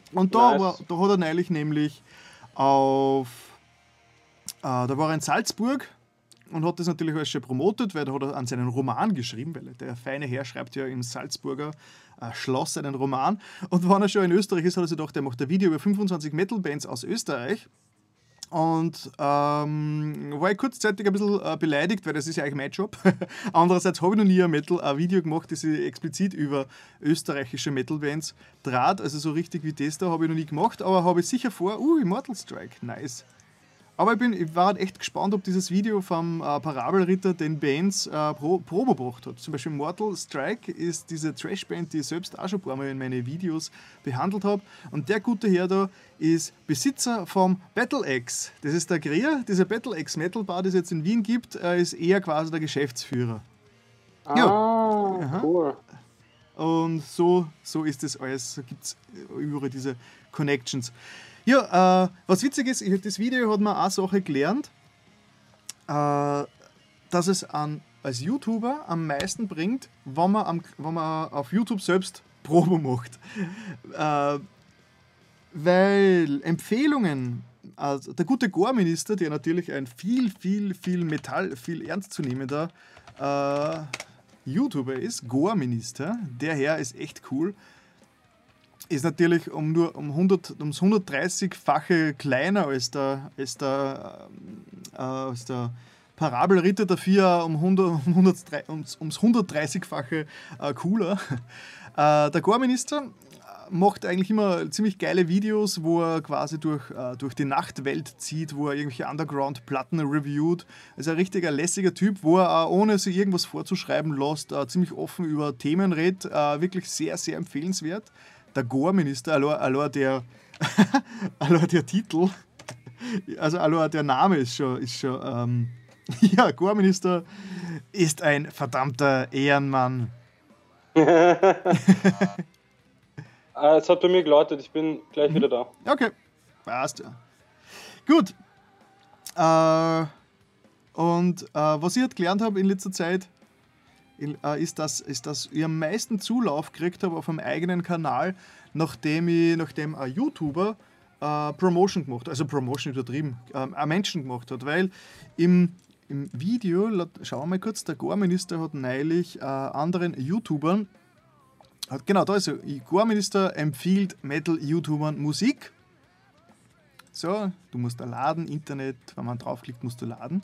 Und da, Nice. war, da hat er neulich nämlich auf, äh, da war er in Salzburg und hat das natürlich alles schon promotet, weil da hat er an seinen Roman geschrieben, weil der feine Herr schreibt ja im Salzburger äh, Schloss einen Roman. Und wenn er schon in Österreich ist, hat er sich gedacht, er macht ein Video über fünfundzwanzig Metal-Bands aus Österreich. Und ähm, war ich kurzzeitig ein bisschen äh, beleidigt, weil das ist ja eigentlich mein Job. Andererseits habe ich noch nie ein, Metal, ein Video gemacht, das sich explizit über österreichische Metal-Bands trat. Also so richtig wie das da habe ich noch nie gemacht, aber habe ich sicher vor. Uh, Immortal Strike, nice. Aber ich, bin, ich war halt echt gespannt, ob dieses Video vom äh, Parabelritter den Bands äh, Pro, Probe gebracht hat. Zum Beispiel Mortal Strike ist diese Trash-Band, die ich selbst auch schon ein paar Mal in meine Videos behandelt habe. Und der gute Herr da ist Besitzer vom Battle Axe. Das ist der Greer, dieser Battle Axe Metal Bar, das es jetzt in Wien gibt, äh, ist eher quasi der Geschäftsführer. Ah, Ja. cool. Und so, so ist das alles. So gibt es überall diese Connections. Ja, äh, was witzig ist, ich, das Video hat mir eine Sache gelernt, äh, dass es an, als YouTuber am meisten bringt, wenn man, am, wenn man auf YouTube selbst Probe macht. Äh, weil Empfehlungen, also der gute Gore-Minister, der natürlich ein viel, viel, viel Metall, viel ernstzunehmender äh, YouTuber ist, Gore-Minister, der Herr ist echt cool, ist natürlich um nur um hundert, ums hundertdreißig-fache kleiner als der, als der, äh, als der Parabelritter, dafür um hundert, um hundert, ums, ums hundertdreißig-fache äh, cooler. Äh, der Gore-Minister macht eigentlich immer ziemlich geile Videos, wo er quasi durch, äh, durch die Nachtwelt zieht, wo er irgendwelche Underground-Platten reviewt. Also ein richtiger lässiger Typ, wo er äh, ohne sich irgendwas vorzuschreiben lässt, äh, ziemlich offen über Themen redet. Äh, wirklich sehr, sehr empfehlenswert. Der Gore-Minister, allein, allein, der, allein der Titel, also allein der Name ist schon, ist schon ähm, ja, Gore-Minister ist ein verdammter Ehrenmann. Äh, es hat bei mir geläutet, ich bin gleich wieder da. Okay, passt ja. Gut. Äh, und äh, was ich halt gelernt habe in letzter Zeit, äh, ist, dass, ist, dass ich am meisten Zulauf gekriegt habe auf einem eigenen Kanal, nachdem ich, nachdem ein YouTuber äh, Promotion gemacht hat, also Promotion übertrieben, äh, ein Menschen gemacht hat, weil im, im Video, schauen wir mal kurz, der Gore-Minister hat neulich äh, anderen YouTubern, hat, genau, da ist er, Gore-Minister empfiehlt Metal-YouTubern Musik. So, du musst da laden, Internet, wenn man draufklickt, musst du laden.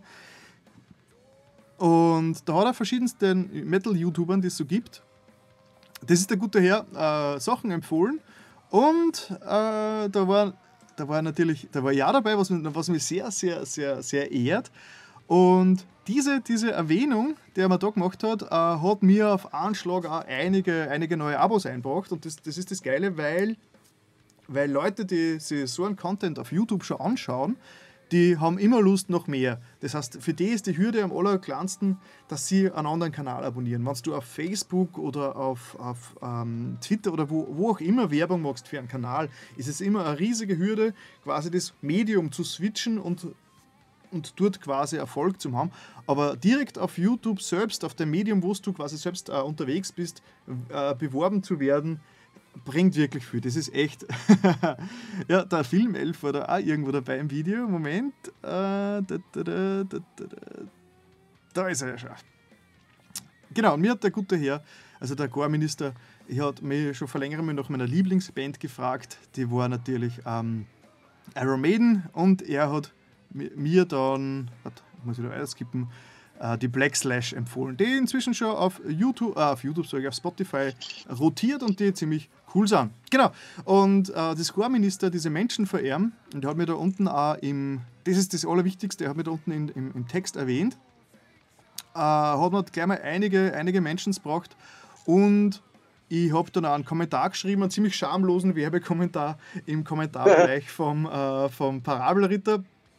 Und da hat er verschiedensten Metal-YouTubern, die es so gibt, das ist der gute Herr, äh, Sachen empfohlen. Und äh, da, war, da war natürlich, da war ja dabei, was, was mich sehr, sehr, sehr, sehr ehrt. Und diese, diese Erwähnung, die er mir da gemacht hat, äh, hat mir auf Anschlag auch einige, einige neue Abos eingebracht. Und das, das ist das Geile, weil, weil Leute, die sich so einen Content auf YouTube schon anschauen, die haben immer Lust noch mehr. Das heißt, für die ist die Hürde am allerkleinsten, dass sie einen anderen Kanal abonnieren. Wenn du auf Facebook oder auf, auf ähm, Twitter oder wo, wo auch immer Werbung machst für einen Kanal, ist es immer eine riesige Hürde, quasi das Medium zu switchen und und dort quasi Erfolg zu haben. Aber direkt auf YouTube selbst, auf dem Medium, wo du quasi selbst äh, unterwegs bist, äh, beworben zu werden, bringt wirklich viel. Das ist echt. Ja, der Filmelf war da auch irgendwo dabei im Video. Moment. Äh, da, da, da, da, da, da ist er ja schon. Genau, und mir hat der gute Herr, also der Gore-Minister, ich hat mich schon vor längerem nach meiner Lieblingsband gefragt. Die war natürlich ähm, Iron Maiden, und er hat mir dann, warte, muss ich da weiter skippen, äh, die Black Slash empfohlen, die inzwischen schon auf YouTube, äh, auf YouTube, sage ich, auf Spotify rotiert und die ziemlich cool sind. Genau. Und äh, das Gore-Minister, diese Menschen verehren, und der hat mir da unten auch im, das ist das Allerwichtigste, er hat mir da unten in, im, im Text erwähnt, äh, hat mir gleich mal einige, einige Menschen gebracht, und ich habe dann auch einen Kommentar geschrieben, einen ziemlich schamlosen Werbekommentar im Kommentarbereich vom, äh, vom Parabelritter.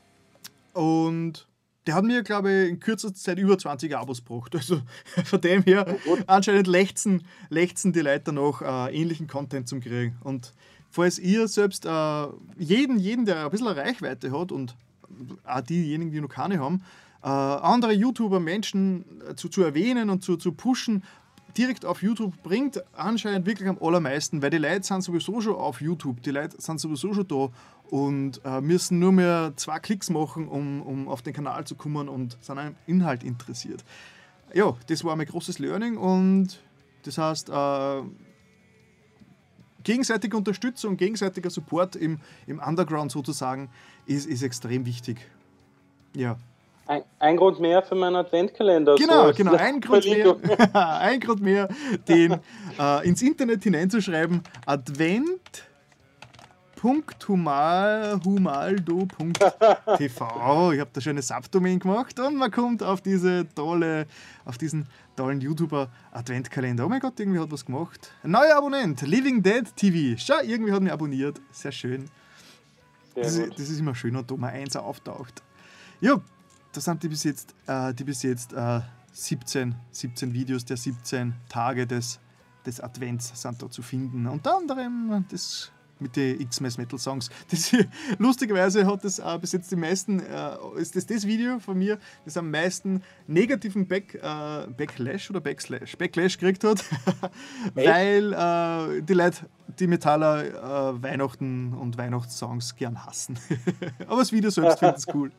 Und der hat mir, glaube ich, in kürzester Zeit über zwanzig Abos gebracht. Also von dem her, anscheinend lechzen, lechzen die Leute noch äh, ähnlichen Content zum kriegen. Und falls ihr selbst äh, jeden, jeden, der ein bisschen eine Reichweite hat, und auch diejenigen, die noch keine haben, äh, andere YouTuber, Menschen äh, zu, zu erwähnen und zu, zu pushen, direkt auf YouTube bringt anscheinend wirklich am allermeisten, weil die Leute sind sowieso schon auf YouTube, die Leute sind sowieso schon da und äh, müssen nur mehr zwei Klicks machen, um, um auf den Kanal zu kommen und sind am Inhalt interessiert. Ja, das war mein großes Learning und das heißt, äh, gegenseitige Unterstützung, gegenseitiger Support im, im Underground sozusagen ist, ist extrem wichtig. Ja. Ein, ein Grund mehr für meinen Adventkalender. Genau, so genau. Ein Grund, mehr, ein Grund mehr, den äh, ins Internet hineinzuschreiben. Advent punkt humaldo punkt t v. Ich habe da schon eine Subdomain gemacht und man kommt auf diese tolle, auf diesen tollen YouTuber Adventkalender. Oh mein Gott, irgendwie hat was gemacht. Ein neuer Abonnent, Living Dead T V. Schau, irgendwie hat mich abonniert. Sehr schön. Sehr das, ist, das ist immer schön, wenn Nummer eins auftaucht. Ja, das sind die bis jetzt, äh, die bis jetzt äh, siebzehn, siebzehn Videos der siebzehn Tage des, des Advents sind da zu finden. Unter anderem das mit den X-Mess Metal Songs. Das, lustigerweise hat das äh, bis jetzt die meisten, äh, ist das das Video von mir, das am meisten negativen Back, äh, Backlash oder Backslash, Backlash gekriegt hat, weil äh, die Leute, die Metaller äh, Weihnachten und Weihnachtssongs gern hassen. Aber das Video selbst findet es cool.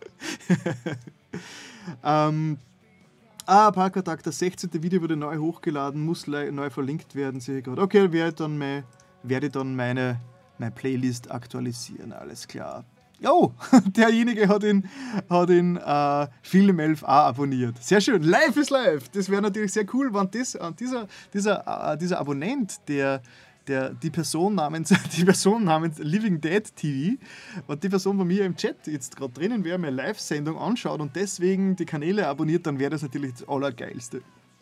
ähm, Ah, Parkertag, das sechzehnte Video wurde neu hochgeladen, muss neu verlinkt werden, sehe ich gerade. Okay, werde dann, mein, werde dann meine, meine Playlist aktualisieren, alles klar. Oh, derjenige hat ihn, hat ihn äh, Film elf a abonniert. Sehr schön, live ist live. Das wäre natürlich sehr cool, wenn das, äh, dieser, dieser, äh, dieser Abonnent, der, der, die, Person namens, die Person namens Living Dead T V, wenn die Person bei mir im Chat jetzt gerade drinnen wäre, meine Live-Sendung anschaut und deswegen die Kanäle abonniert, dann wäre das natürlich das Allergeilste.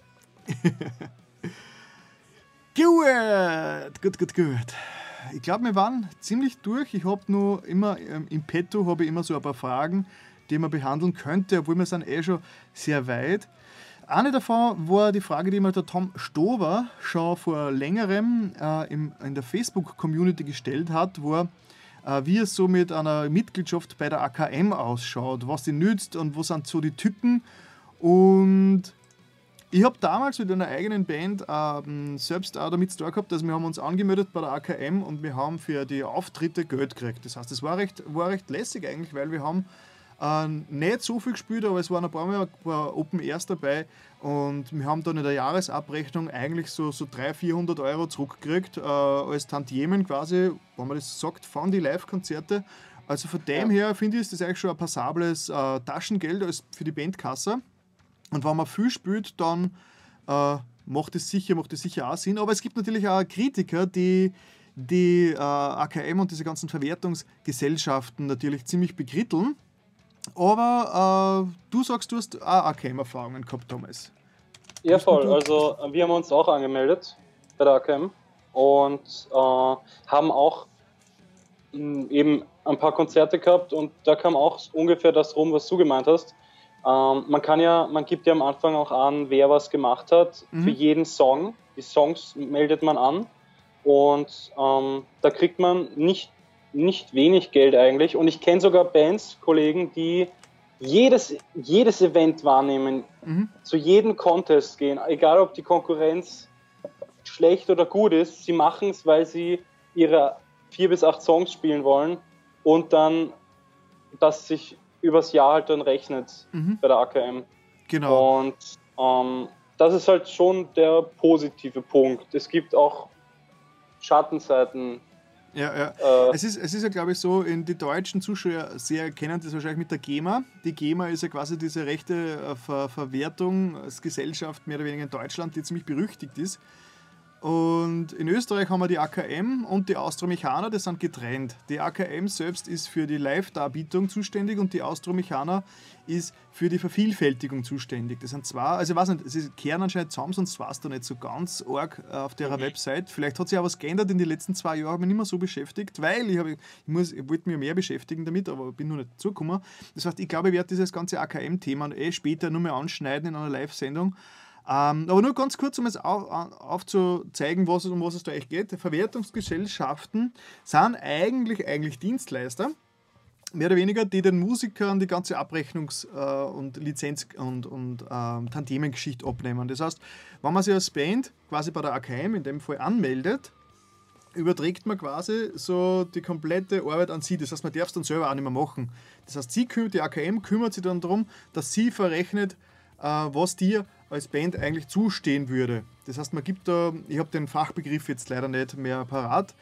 Gut, gut, gut, gut. Ich glaube, wir waren ziemlich durch. Ich habe nur immer ähm, im Petto habe ich immer so ein paar Fragen, die man behandeln könnte, obwohl wir sind eh schon sehr weit. Eine davon war die Frage, die mir der Tom Stover schon vor längerem äh, im, in der Facebook-Community gestellt hat, war, äh, wie es so mit einer Mitgliedschaft bei der A K M ausschaut, was die nützt und wo sind so die Tücken. Und ich habe damals mit einer eigenen Band ähm, selbst auch damit zu tun gehabt, dass wir haben uns angemeldet bei der A K M und wir haben für die Auftritte Geld gekriegt. Das heißt, es war recht, war recht lässig eigentlich, weil wir haben äh, nicht so viel gespielt, aber es waren ein paar Mal ein paar Open Airs dabei und wir haben dann in der Jahresabrechnung eigentlich so, so dreihundert, vierhundert Euro zurückgekriegt, äh, als Tantiemen quasi, wenn man das sagt, von die Live-Konzerte. Also von dem her finde ich, ist das eigentlich schon ein passables äh, Taschengeld als für die Bandkasse. Und wenn man viel spielt, dann äh, macht es sicher, macht es sicher auch Sinn. Aber es gibt natürlich auch Kritiker, die die äh, A K M und diese ganzen Verwertungsgesellschaften natürlich ziemlich bekritteln. Aber äh, du sagst, du hast auch A K M-Erfahrungen gehabt, Thomas. Ja, voll. Also wir haben uns auch angemeldet bei der A K M und äh, haben auch mh, eben ein paar Konzerte gehabt und da kam auch ungefähr das rum, was du gemeint hast. Ähm, man kann ja, man gibt ja am Anfang auch an, wer was gemacht hat. Mhm. Für jeden Song. Die Songs meldet man an und ähm, da kriegt man nicht, nicht wenig Geld eigentlich. Und ich kenne sogar Bands, Kollegen, die jedes, jedes Event wahrnehmen, mhm. zu jedem Contest gehen, egal ob die Konkurrenz schlecht oder gut ist. Sie machen es, weil sie ihre vier bis acht Songs spielen wollen und dann, dass sich übers Jahr halt dann rechnet mhm. bei der A K M. Genau. Und ähm, das ist halt schon der positive Punkt. Es gibt auch Schattenseiten. Ja, ja. Äh, es, ist, es ist ja, glaube ich, so, in die deutschen Zuschauer sehr kennen das wahrscheinlich mit der GEMA. Die GEMA ist ja quasi diese rechte Ver Verwertung als Gesellschaft mehr oder weniger in Deutschland, die ziemlich berüchtigt ist. Und in Österreich haben wir die A K M und die Austromechaner, das sind getrennt. Die A K M selbst ist für die Live-Darbietung zuständig und die Austromechaner ist für die Vervielfältigung zuständig. Das sind zwei, also ich weiß nicht, sie kehren anscheinend zusammen, sonst war es da nicht so ganz arg auf der mhm. Website. Vielleicht hat sich auch was geändert in den letzten zwei Jahren, habe mich nicht mehr so beschäftigt, weil ich, habe, ich, muss, ich wollte mich mehr beschäftigen damit, aber bin noch nicht zugekommen. Das heißt, ich glaube, ich werde dieses ganze A K M-Thema eh später nur mehr anschneiden in einer Live-Sendung. Ähm, aber nur ganz kurz, um es auf, aufzuzeigen, was, um was es da echt geht. Verwertungsgesellschaften sind eigentlich, eigentlich Dienstleister, mehr oder weniger, die den Musikern die ganze Abrechnungs- äh, und Lizenz- und, und ähm, Tantiemengeschichte abnehmen. Das heißt, wenn man sich als Band quasi bei der A K M in dem Fall anmeldet, überträgt man quasi so die komplette Arbeit an sie. Das heißt, man darf es dann selber auch nicht mehr machen. Das heißt, sie, die A K M kümmert sich dann darum, dass sie verrechnet, äh, was dir als Band eigentlich zustehen würde. Das heißt, man gibt da, ich habe den Fachbegriff jetzt leider nicht mehr parat.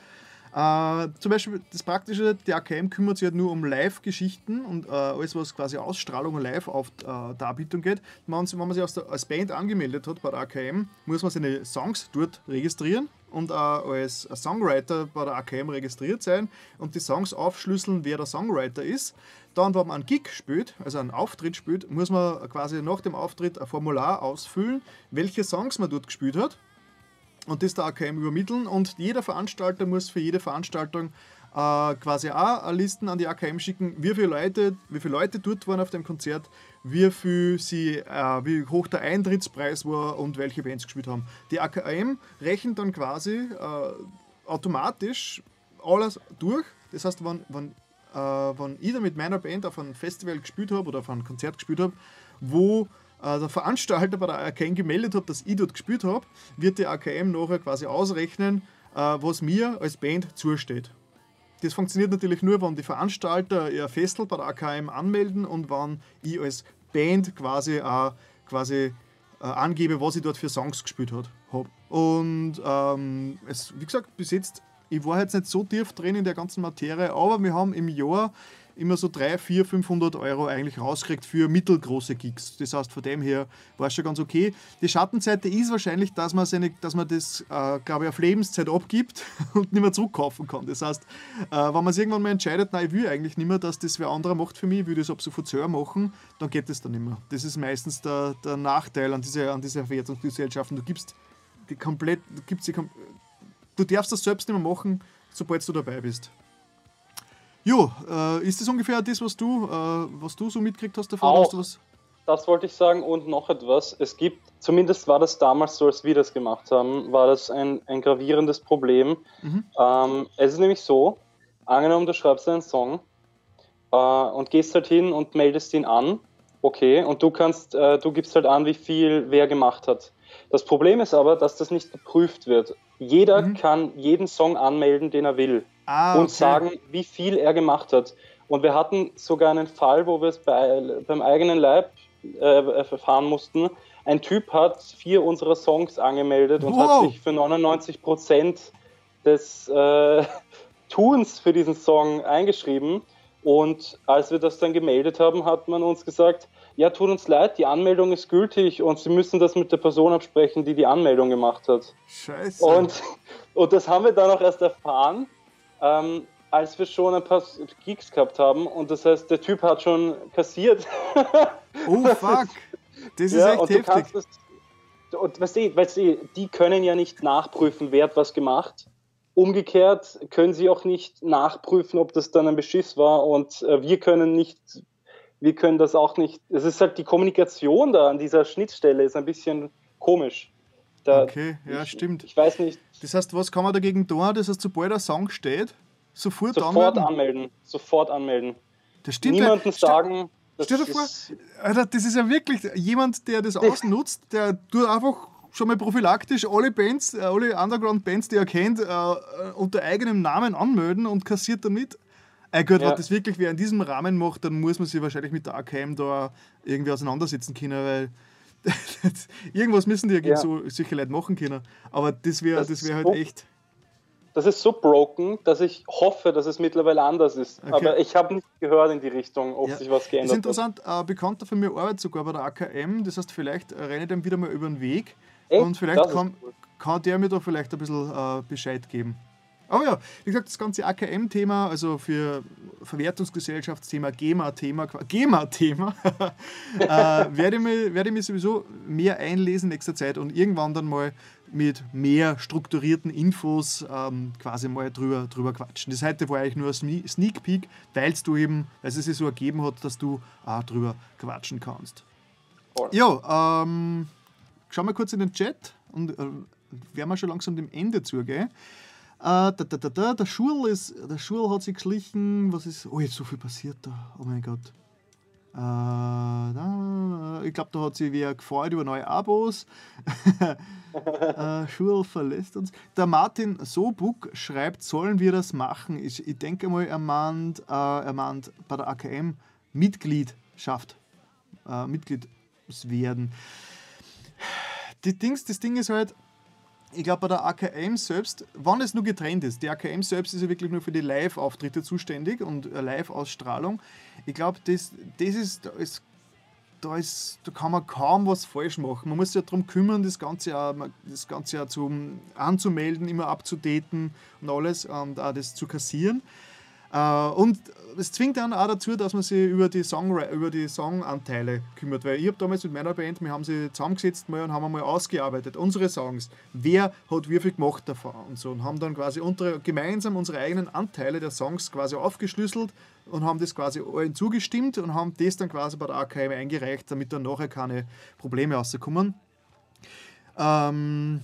Äh, zum Beispiel das Praktische, die A K M kümmert sich halt nur um Live-Geschichten und äh, alles, was quasi Ausstrahlung und Live-Darbietung geht. Wenn man, wenn man sich als, der, als Band angemeldet hat bei der A K M, muss man seine Songs dort registrieren und äh, als Songwriter bei der A K M registriert sein und die Songs aufschlüsseln, wer der Songwriter ist. Dann, wenn man einen Gig spielt, also einen Auftritt spielt, muss man quasi nach dem Auftritt ein Formular ausfüllen, welche Songs man dort gespielt hat. Und das der A K M übermitteln und jeder Veranstalter muss für jede Veranstaltung äh, quasi auch Listen an die A K M schicken, wie viele Leute, wie viele Leute dort waren auf dem Konzert, wie viel sie, äh, wie hoch der Eintrittspreis war und welche Bands gespielt haben. Die A K M rechnet dann quasi äh, automatisch alles durch. Das heißt, wenn, wenn, äh, wenn ich dann mit meiner Band auf einem Festival gespielt habe oder auf einem Konzert gespielt habe, wo der Veranstalter bei der A K M gemeldet hat, dass ich dort gespielt habe, wird die A K M nachher quasi ausrechnen, was mir als Band zusteht. Das funktioniert natürlich nur, wenn die Veranstalter ihr Festel bei der A K M anmelden und wenn ich als Band quasi, äh, quasi äh, angebe, was ich dort für Songs gespielt habe. Und ähm, es, wie gesagt, bis jetzt, ich war jetzt nicht so tief drin in der ganzen Materie, aber wir haben im Jahr immer so dreihundert, vierhundert, fünfhundert Euro eigentlich rausgekriegt für mittelgroße Gigs. Das heißt, von dem her war es schon ganz okay. Die Schattenseite ist wahrscheinlich, dass man, seine, dass man das, äh, glaube ich, auf Lebenszeit abgibt und nicht mehr zurückkaufen kann. Das heißt, äh, wenn man sich irgendwann mal entscheidet, nein, ich will eigentlich nicht mehr, dass das wer anderer macht für mich, ich will das ab sofort selber machen, dann geht das dann nicht mehr. Das ist meistens der, der Nachteil an dieser an diese Verwertungsgesellschaften. Du gibst die komplett, du, gibst die, du darfst das selbst nicht mehr machen, sobald du dabei bist. Jo, äh, ist das ungefähr das, was du, äh, was du so mitgekriegt hast davon? Auch, hast du was? Das wollte ich sagen und noch etwas. Es gibt, zumindest war das damals so, als wir das gemacht haben, war das ein, ein gravierendes Problem. Mhm. Ähm, es ist nämlich so, angenommen, du schreibst einen Song äh, und gehst halt hin und meldest ihn an, okay, und du kannst, äh, du gibst halt an, wie viel wer gemacht hat. Das Problem ist aber, dass das nicht geprüft wird. Jeder mhm. kann jeden Song anmelden, den er will. Ah, und okay. sagen, wie viel er gemacht hat. Und wir hatten sogar einen Fall, wo wir es bei, beim eigenen Leib äh, erfahren mussten. Ein Typ hat vier unserer Songs angemeldet und wow. hat sich für neunundneunzig Prozent des äh, Tuns für diesen Song eingeschrieben. Und als wir das dann gemeldet haben, hat man uns gesagt, ja, tut uns leid, die Anmeldung ist gültig und Sie müssen das mit der Person absprechen, die die Anmeldung gemacht hat. Scheiße. Und, und das haben wir dann auch erst erfahren, Ähm, als wir schon ein paar Gigs gehabt haben und das heißt, der Typ hat schon kassiert. Oh fuck, das ist ja, echt und heftig. Du das, und weißt du, weißt du, die können ja nicht nachprüfen, wer hat was gemacht. Umgekehrt können sie auch nicht nachprüfen, ob das dann ein Beschiss war und äh, wir können nicht, wir können das auch nicht. Es ist halt die Kommunikation da an dieser Schnittstelle ist ein bisschen komisch. Da, okay, ja, ich, stimmt. Ich weiß nicht. Das heißt, was kann man dagegen tun? Das heißt, sobald ein Song steht, sofort, sofort anmelden? anmelden. Sofort anmelden. Das stimmt. Niemandem sagen. Stell dir vor, Alter, das ist ja wirklich jemand, der das ausnutzt, der tut einfach schon mal prophylaktisch alle Bands, alle Underground-Bands, die er kennt, uh, unter eigenem Namen anmelden und kassiert damit. Äh gut, ja. Wenn das wirklich wer in diesem Rahmen macht, dann muss man sich wahrscheinlich mit der A K M da irgendwie auseinandersetzen können, weil irgendwas müssen die ja gegen ja. so, solche Leute machen können. Aber das wäre das das wär halt so, echt. Das ist so broken, dass ich hoffe, dass es mittlerweile anders ist. Okay. Aber ich habe nicht gehört in die Richtung, ob ja. sich was geändert hat. Das ist interessant. Hat. Ein Bekannter von mir arbeitet sogar bei der A K M. Das heißt, vielleicht renne ich dem wieder mal über den Weg. Echt? Und vielleicht kann, cool. kann der mir da vielleicht ein bisschen äh, Bescheid geben. Aber ja, wie gesagt, das ganze A K M-Thema, also für Verwertungsgesellschaftsthema, GEMA-Thema, GEMA-Thema, äh, werde, ich mich, werde ich mich sowieso mehr einlesen in nächster Zeit und irgendwann dann mal mit mehr strukturierten Infos ähm, quasi mal drüber, drüber quatschen. Das heute war eigentlich nur ein Sneak Peek, weil du eben, weil es sich so ergeben hat, dass du auch drüber quatschen kannst. Cool. Ja, ähm, schauen wir kurz in den Chat und äh, werden wir schon langsam dem Ende zugehen. da, da, da, da, der Schul ist, der Schul hat sich geschlichen, was ist, oh, jetzt so viel passiert da, oh mein Gott. Äh, da, ich glaube, da hat sich wer gefreut über neue Abos. äh, Schul verlässt uns. Der Martin Sobuk schreibt, sollen wir das machen? Ich, ich denke mal, er meint, äh, er meint bei der A K M Mitgliedschaft. Äh, Mitglied werden. Die Dings, das Ding ist halt, ich glaube, bei der A K M selbst, wann es nur getrennt ist, die A K M selbst ist ja wirklich nur für die Live-Auftritte zuständig und Live-Ausstrahlung. Ich glaube, das, das ist, da, ist, da, ist, da kann man kaum was falsch machen. Man muss sich ja darum kümmern, das Ganze ja, das Ganze ja zum, anzumelden, immer abzudaten und alles und auch das zu kassieren. Und es zwingt dann auch dazu, dass man sich über die, Song, über die Songanteile kümmert. Weil ich habe damals mit meiner Band, wir haben sie zusammengesetzt mal und haben mal ausgearbeitet, unsere Songs, wer hat wie viel gemacht davon und so. Und haben dann quasi unsere, gemeinsam unsere eigenen Anteile der Songs quasi aufgeschlüsselt und haben das quasi allen zugestimmt und haben das dann quasi bei der A K M eingereicht, damit dann nachher keine Probleme rauskommen. Ähm...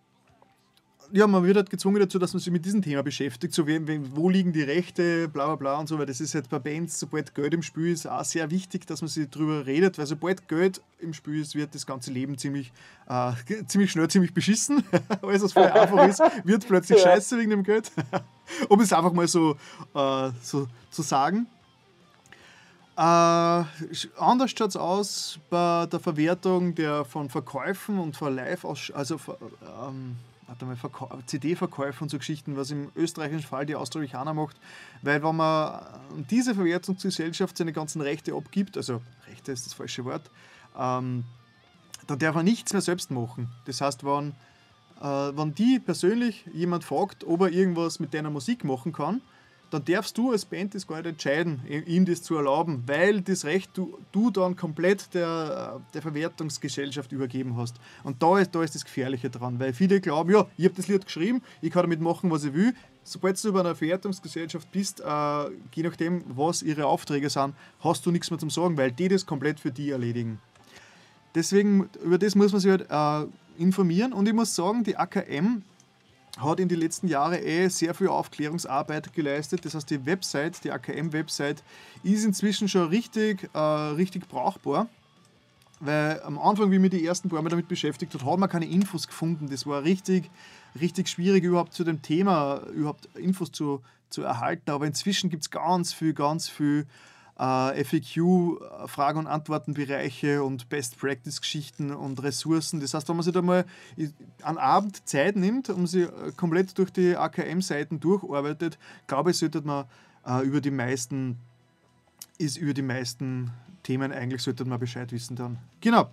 Ja, man wird halt gezwungen dazu, dass man sich mit diesem Thema beschäftigt, so wie, wo liegen die Rechte, bla bla bla und so, weil das ist halt bei Bands, sobald Geld im Spiel ist, auch sehr wichtig, dass man sich darüber redet, weil sobald Geld im Spiel ist, wird das ganze Leben ziemlich, äh, ziemlich schnell, ziemlich beschissen. Alles, was vorher einfach ist, wird plötzlich ja. scheiße wegen dem Geld. Um es einfach mal so, äh, so zu sagen. Äh, anders schaut es aus bei der Verwertung der, von Verkäufen und von Live, also ähm, C D-Verkäufe und so Geschichten, was im österreichischen Fall die Austro-Mechaner macht, weil wenn man diese Verwertungsgesellschaft seine ganzen Rechte abgibt, also Rechte ist das falsche Wort, ähm, dann darf man nichts mehr selbst machen. Das heißt, wenn, äh, wenn die persönlich jemand fragt, ob er irgendwas mit deiner Musik machen kann, dann darfst du als Band das gar nicht entscheiden, ihm das zu erlauben, weil das Recht du, du dann komplett der, der Verwertungsgesellschaft übergeben hast. Und da ist, da ist das Gefährliche dran, weil viele glauben, ja, ich habe das Lied geschrieben, ich kann damit machen, was ich will. Sobald du bei einer Verwertungsgesellschaft bist, äh, je nachdem, was ihre Aufträge sind, hast du nichts mehr zum Sagen, weil die das komplett für die erledigen. Deswegen, über das muss man sich halt äh, informieren. Und ich muss sagen, die A K M hat in den letzten Jahren eh sehr viel Aufklärungsarbeit geleistet. Das heißt, die Website, die A K M-Website, ist inzwischen schon richtig, äh, richtig brauchbar. Weil am Anfang, wie mir die ersten paar Mal damit beschäftigt hat, hat man keine Infos gefunden. Das war richtig, richtig schwierig, überhaupt zu dem Thema überhaupt Infos zu, zu erhalten. Aber inzwischen gibt es ganz viel, ganz viel Uh, F A Q, Fragen- und Antwortenbereiche und Best-Practice-Geschichten und Ressourcen. Das heißt, wenn man sich da mal einen Abend Zeit nimmt und sich komplett durch die A K M-Seiten durcharbeitet, glaube ich, sollte man uh, über die meisten ist über die meisten Themen eigentlich sollte man Bescheid wissen dann. Genau.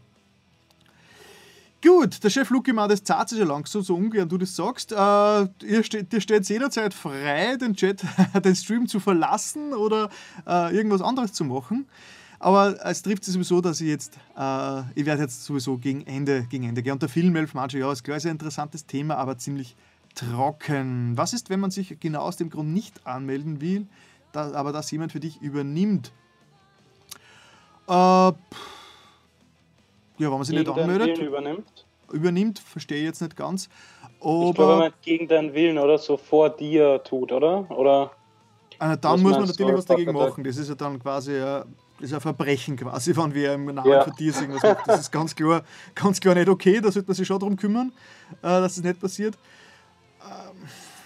Gut, der Chef Luki meint, das zahlt sich ja langsam, so ungern du das sagst. Äh, ihr steht, dir steht jederzeit frei, den Chat, den Stream zu verlassen oder äh, irgendwas anderes zu machen. Aber es trifft sich sowieso, dass ich jetzt, äh, ich werde jetzt sowieso gegen Ende, gegen Ende gehen. Und der Filmelf manche, ja, ist klar, ist ein interessantes Thema, aber ziemlich trocken. Was ist, wenn man sich genau aus dem Grund nicht anmelden will, da, aber das jemand für dich übernimmt? Äh, Ja, wenn man sich gegen nicht anmeldet, Willen übernimmt. übernimmt, verstehe ich jetzt nicht ganz. Aber ich glaube, wenn man gegen deinen Willen oder so vor dir tut, oder? Oder äh, dann muss man natürlich was dagegen machen. Das ist ja dann quasi äh, das ist ein Verbrechen quasi, wenn wir im Namen ja. von dir irgendwas machen. Das ist ganz klar, ganz klar nicht okay, da sollte man sich schon darum kümmern, äh, dass es nicht passiert. Ähm,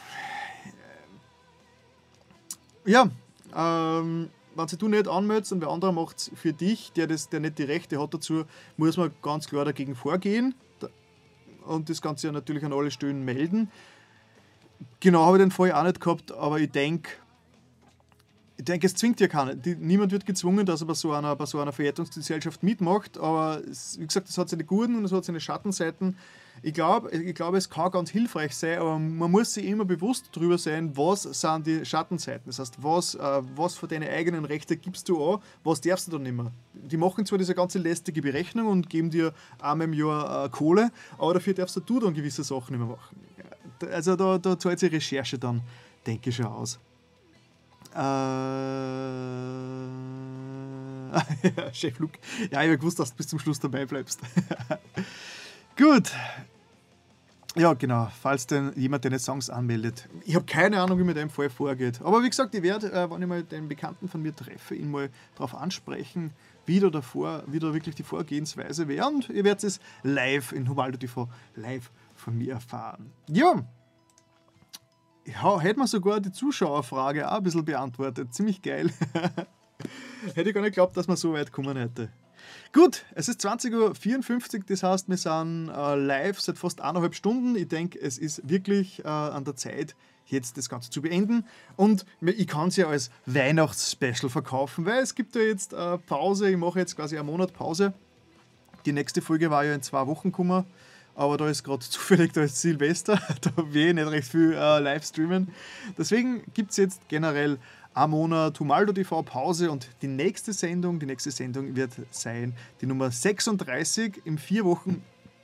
ja, ähm, wenn du nicht anmeldest und wer andere macht es für dich, der, das, der nicht die Rechte hat dazu, muss man ganz klar dagegen vorgehen und das Ganze ja natürlich an alle Stellen melden. Genau habe ich den Fall auch nicht gehabt, aber ich denke, ich denke, es zwingt ja keiner. Die, niemand wird gezwungen, dass er bei so einer, bei so einer Verwertungsgesellschaft mitmacht, aber es, wie gesagt, es hat seine guten und es hat seine Schattenseiten. Ich glaube, ich glaub, es kann ganz hilfreich sein, aber man muss sich immer bewusst darüber sein, was sind die Schattenseiten. Das heißt, was, äh, was für deine eigenen Rechte gibst du an, was darfst du dann nicht mehr. Die machen zwar diese ganze lästige Berechnung und geben dir einmal im Jahr äh, Kohle, aber dafür darfst du dann gewisse Sachen nicht mehr machen. Also da, da zahlt sich Recherche dann, denke ich, schon aus. Äh, ja, Chef Luke. Ja, ich habe gewusst, dass du bis zum Schluss dabei bleibst. Gut. Ja, genau, falls denn jemand deine Songs anmeldet. Ich habe keine Ahnung, wie mir dem Fall vorgeht. Aber wie gesagt, ich werde, äh, wenn ich mal den Bekannten von mir treffe, ihn mal darauf ansprechen, wie da, davor, wie da wirklich die Vorgehensweise wäre. Und ihr werdet es live in Humaldo T V live von mir erfahren. Ja, ja hätte man sogar die Zuschauerfrage auch ein bisschen beantwortet. Ziemlich geil. Hätte ich gar nicht geglaubt, dass man so weit kommen hätte. Gut, es ist zwanzig Uhr vierundfünfzig, das heißt, wir sind äh, live seit fast eineinhalb Stunden. Ich denke, es ist wirklich äh, an der Zeit, jetzt das Ganze zu beenden. Und ich kann es ja als Weihnachtsspecial verkaufen, weil es gibt ja jetzt äh, Pause. Ich mache jetzt quasi einen Monat Pause. Die nächste Folge war ja in zwei Wochen gekommen, aber da ist gerade zufällig, da ist Silvester, da will ich nicht recht viel äh, live streamen. Deswegen gibt es jetzt generell ein Monat Humaldo T V Pause und die nächste Sendung, die nächste Sendung wird sein die Nummer sechsunddreißig in vier Wochen.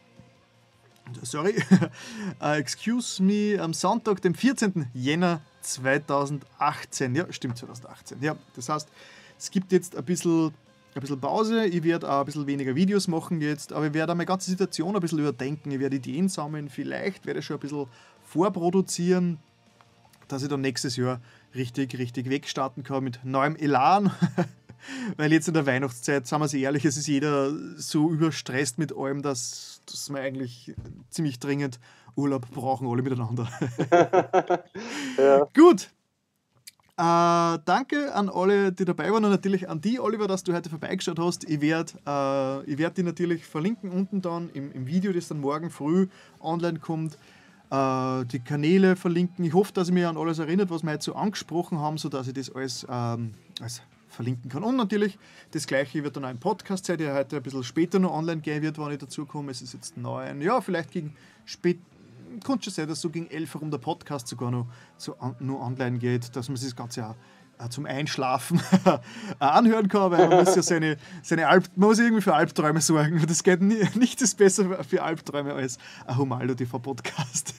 Sorry, uh, excuse me, am Sonntag, dem vierzehnten Jänner zweitausendachtzehn. Ja, stimmt, zweitausendachtzehn. Ja, das heißt, es gibt jetzt ein bisschen, ein bisschen Pause. Ich werde auch ein bisschen weniger Videos machen jetzt, aber ich werde auch meine ganze Situation ein bisschen überdenken. Ich werde Ideen sammeln, vielleicht werde ich schon ein bisschen vorproduzieren, dass ich dann nächstes Jahr richtig, richtig wegstarten kann mit neuem Elan. Weil jetzt in der Weihnachtszeit, sagen wir es ehrlich, es ist jeder so überstresst mit allem, dass, dass wir eigentlich ziemlich dringend Urlaub brauchen, alle miteinander. Ja. Gut. Äh, danke an alle, die dabei waren und natürlich an die, Oliver, dass du heute vorbeigeschaut hast. Ich werde äh, ich werd die natürlich verlinken unten dann im, im Video, das dann morgen früh online kommt. Die Kanäle verlinken. Ich hoffe, dass ich mich an alles erinnert, was wir heute so angesprochen haben, sodass ich das alles, ähm, alles verlinken kann. Und natürlich, das gleiche wird dann auch im Podcast sein, der heute ein bisschen später noch online gehen wird, wenn ich dazu komme. Es ist jetzt neun, ja, vielleicht gegen spät, kann schon sein, dass so gegen elf herum der Podcast sogar noch, so an, noch online geht, dass man sich das Ganze auch äh, zum Einschlafen anhören kann, weil man muss ja seine, seine Alp, man muss irgendwie für Albträume sorgen. Das geht nie, nichts ist besser für Albträume als ein Humaldo T V Podcast.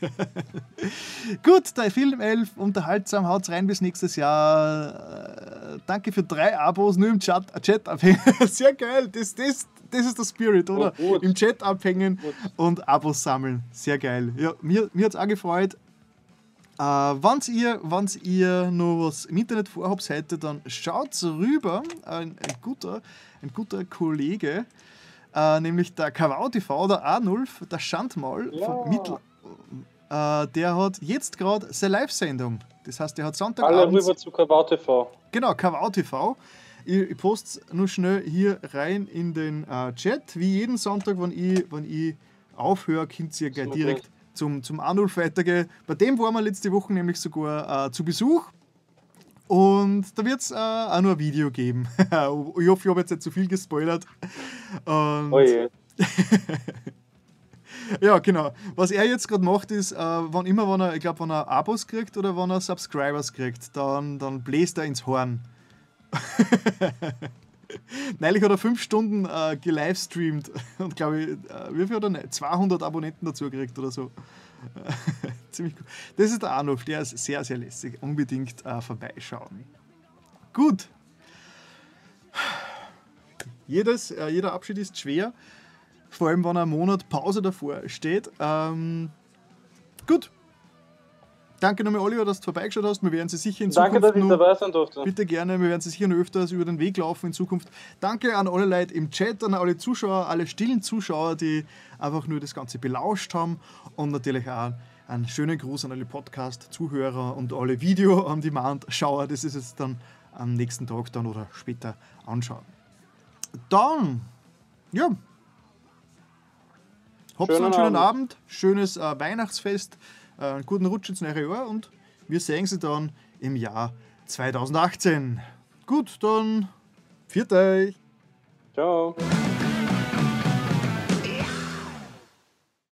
Gut, der Film elf, unterhaltsam, haut's rein bis nächstes Jahr. Äh, danke für drei Abos, nur im Chat, Chat abhängen. Sehr geil, das, das, das ist der Spirit, oder? Oh, im Chat abhängen gut. Und Abos sammeln. Sehr geil. Ja, mir, mir hat es auch gefreut. Äh, wenn ihr, wenn's ihr noch was im Internet vorhabt heute, dann schaut rüber. Ein, ein, guter, ein guter Kollege, äh, nämlich der Kawau T V, der Arnulf, der Schandmaul ja. von Mittel, äh, der hat jetzt gerade seine Live-Sendung. Das heißt, der hat Sonntagabend... Alle rüber zu Kawau T V. Genau, Kawau T V. Ich, ich poste es nur schnell hier rein in den äh, Chat. Wie jeden Sonntag, wenn ich, wenn ich aufhöre, könnt ihr gleich direkt zum, zum Arnulf weitergehen. Bei dem waren wir letzte Woche nämlich sogar äh, zu Besuch. Und da wird es äh, auch noch ein Video geben. Ich hoffe, ich habe jetzt nicht zu viel gespoilert. Und oh je. Ja, genau. Was er jetzt gerade macht, ist, äh, wann immer, wenn er, ich glaube, wenn er Abos kriegt oder wenn er Subscribers kriegt, dann, dann bläst er ins Horn. Neulich hat er fünf Stunden äh, gelivestreamt und glaube ich, äh, wie viel hat er nicht? zweihundert Abonnenten dazu gekriegt oder so. Ziemlich gut. Das ist der Arnulf, der ist sehr, sehr lässig. Unbedingt äh, vorbeischauen. Gut. Jedes, äh, jeder Abschied ist schwer, vor allem wenn ein Monat Pause davor steht. Ähm, gut. Danke nochmal, Oliver, dass du vorbeigeschaut hast. Wir werden Sie sicher in Zukunft Danke, dass ich dabei sein durfte. Bitte gerne, wir werden Sie sicher noch öfters über den Weg laufen in Zukunft. Danke an alle Leute im Chat, an alle Zuschauer, alle stillen Zuschauer, die einfach nur das Ganze belauscht haben. Und natürlich auch einen schönen Gruß an alle Podcast-Zuhörer und alle Video-on-Demand-Schauer. Das ist jetzt dann am nächsten Tag dann oder später anschauen. Dann, ja. Habt so einen schönen Abend, Abend schönes äh, Weihnachtsfest. Einen guten Rutsch ins neue Jahr und wir sehen Sie dann im Jahr zweitausendachtzehn. Gut, dann viert euch. Ciao.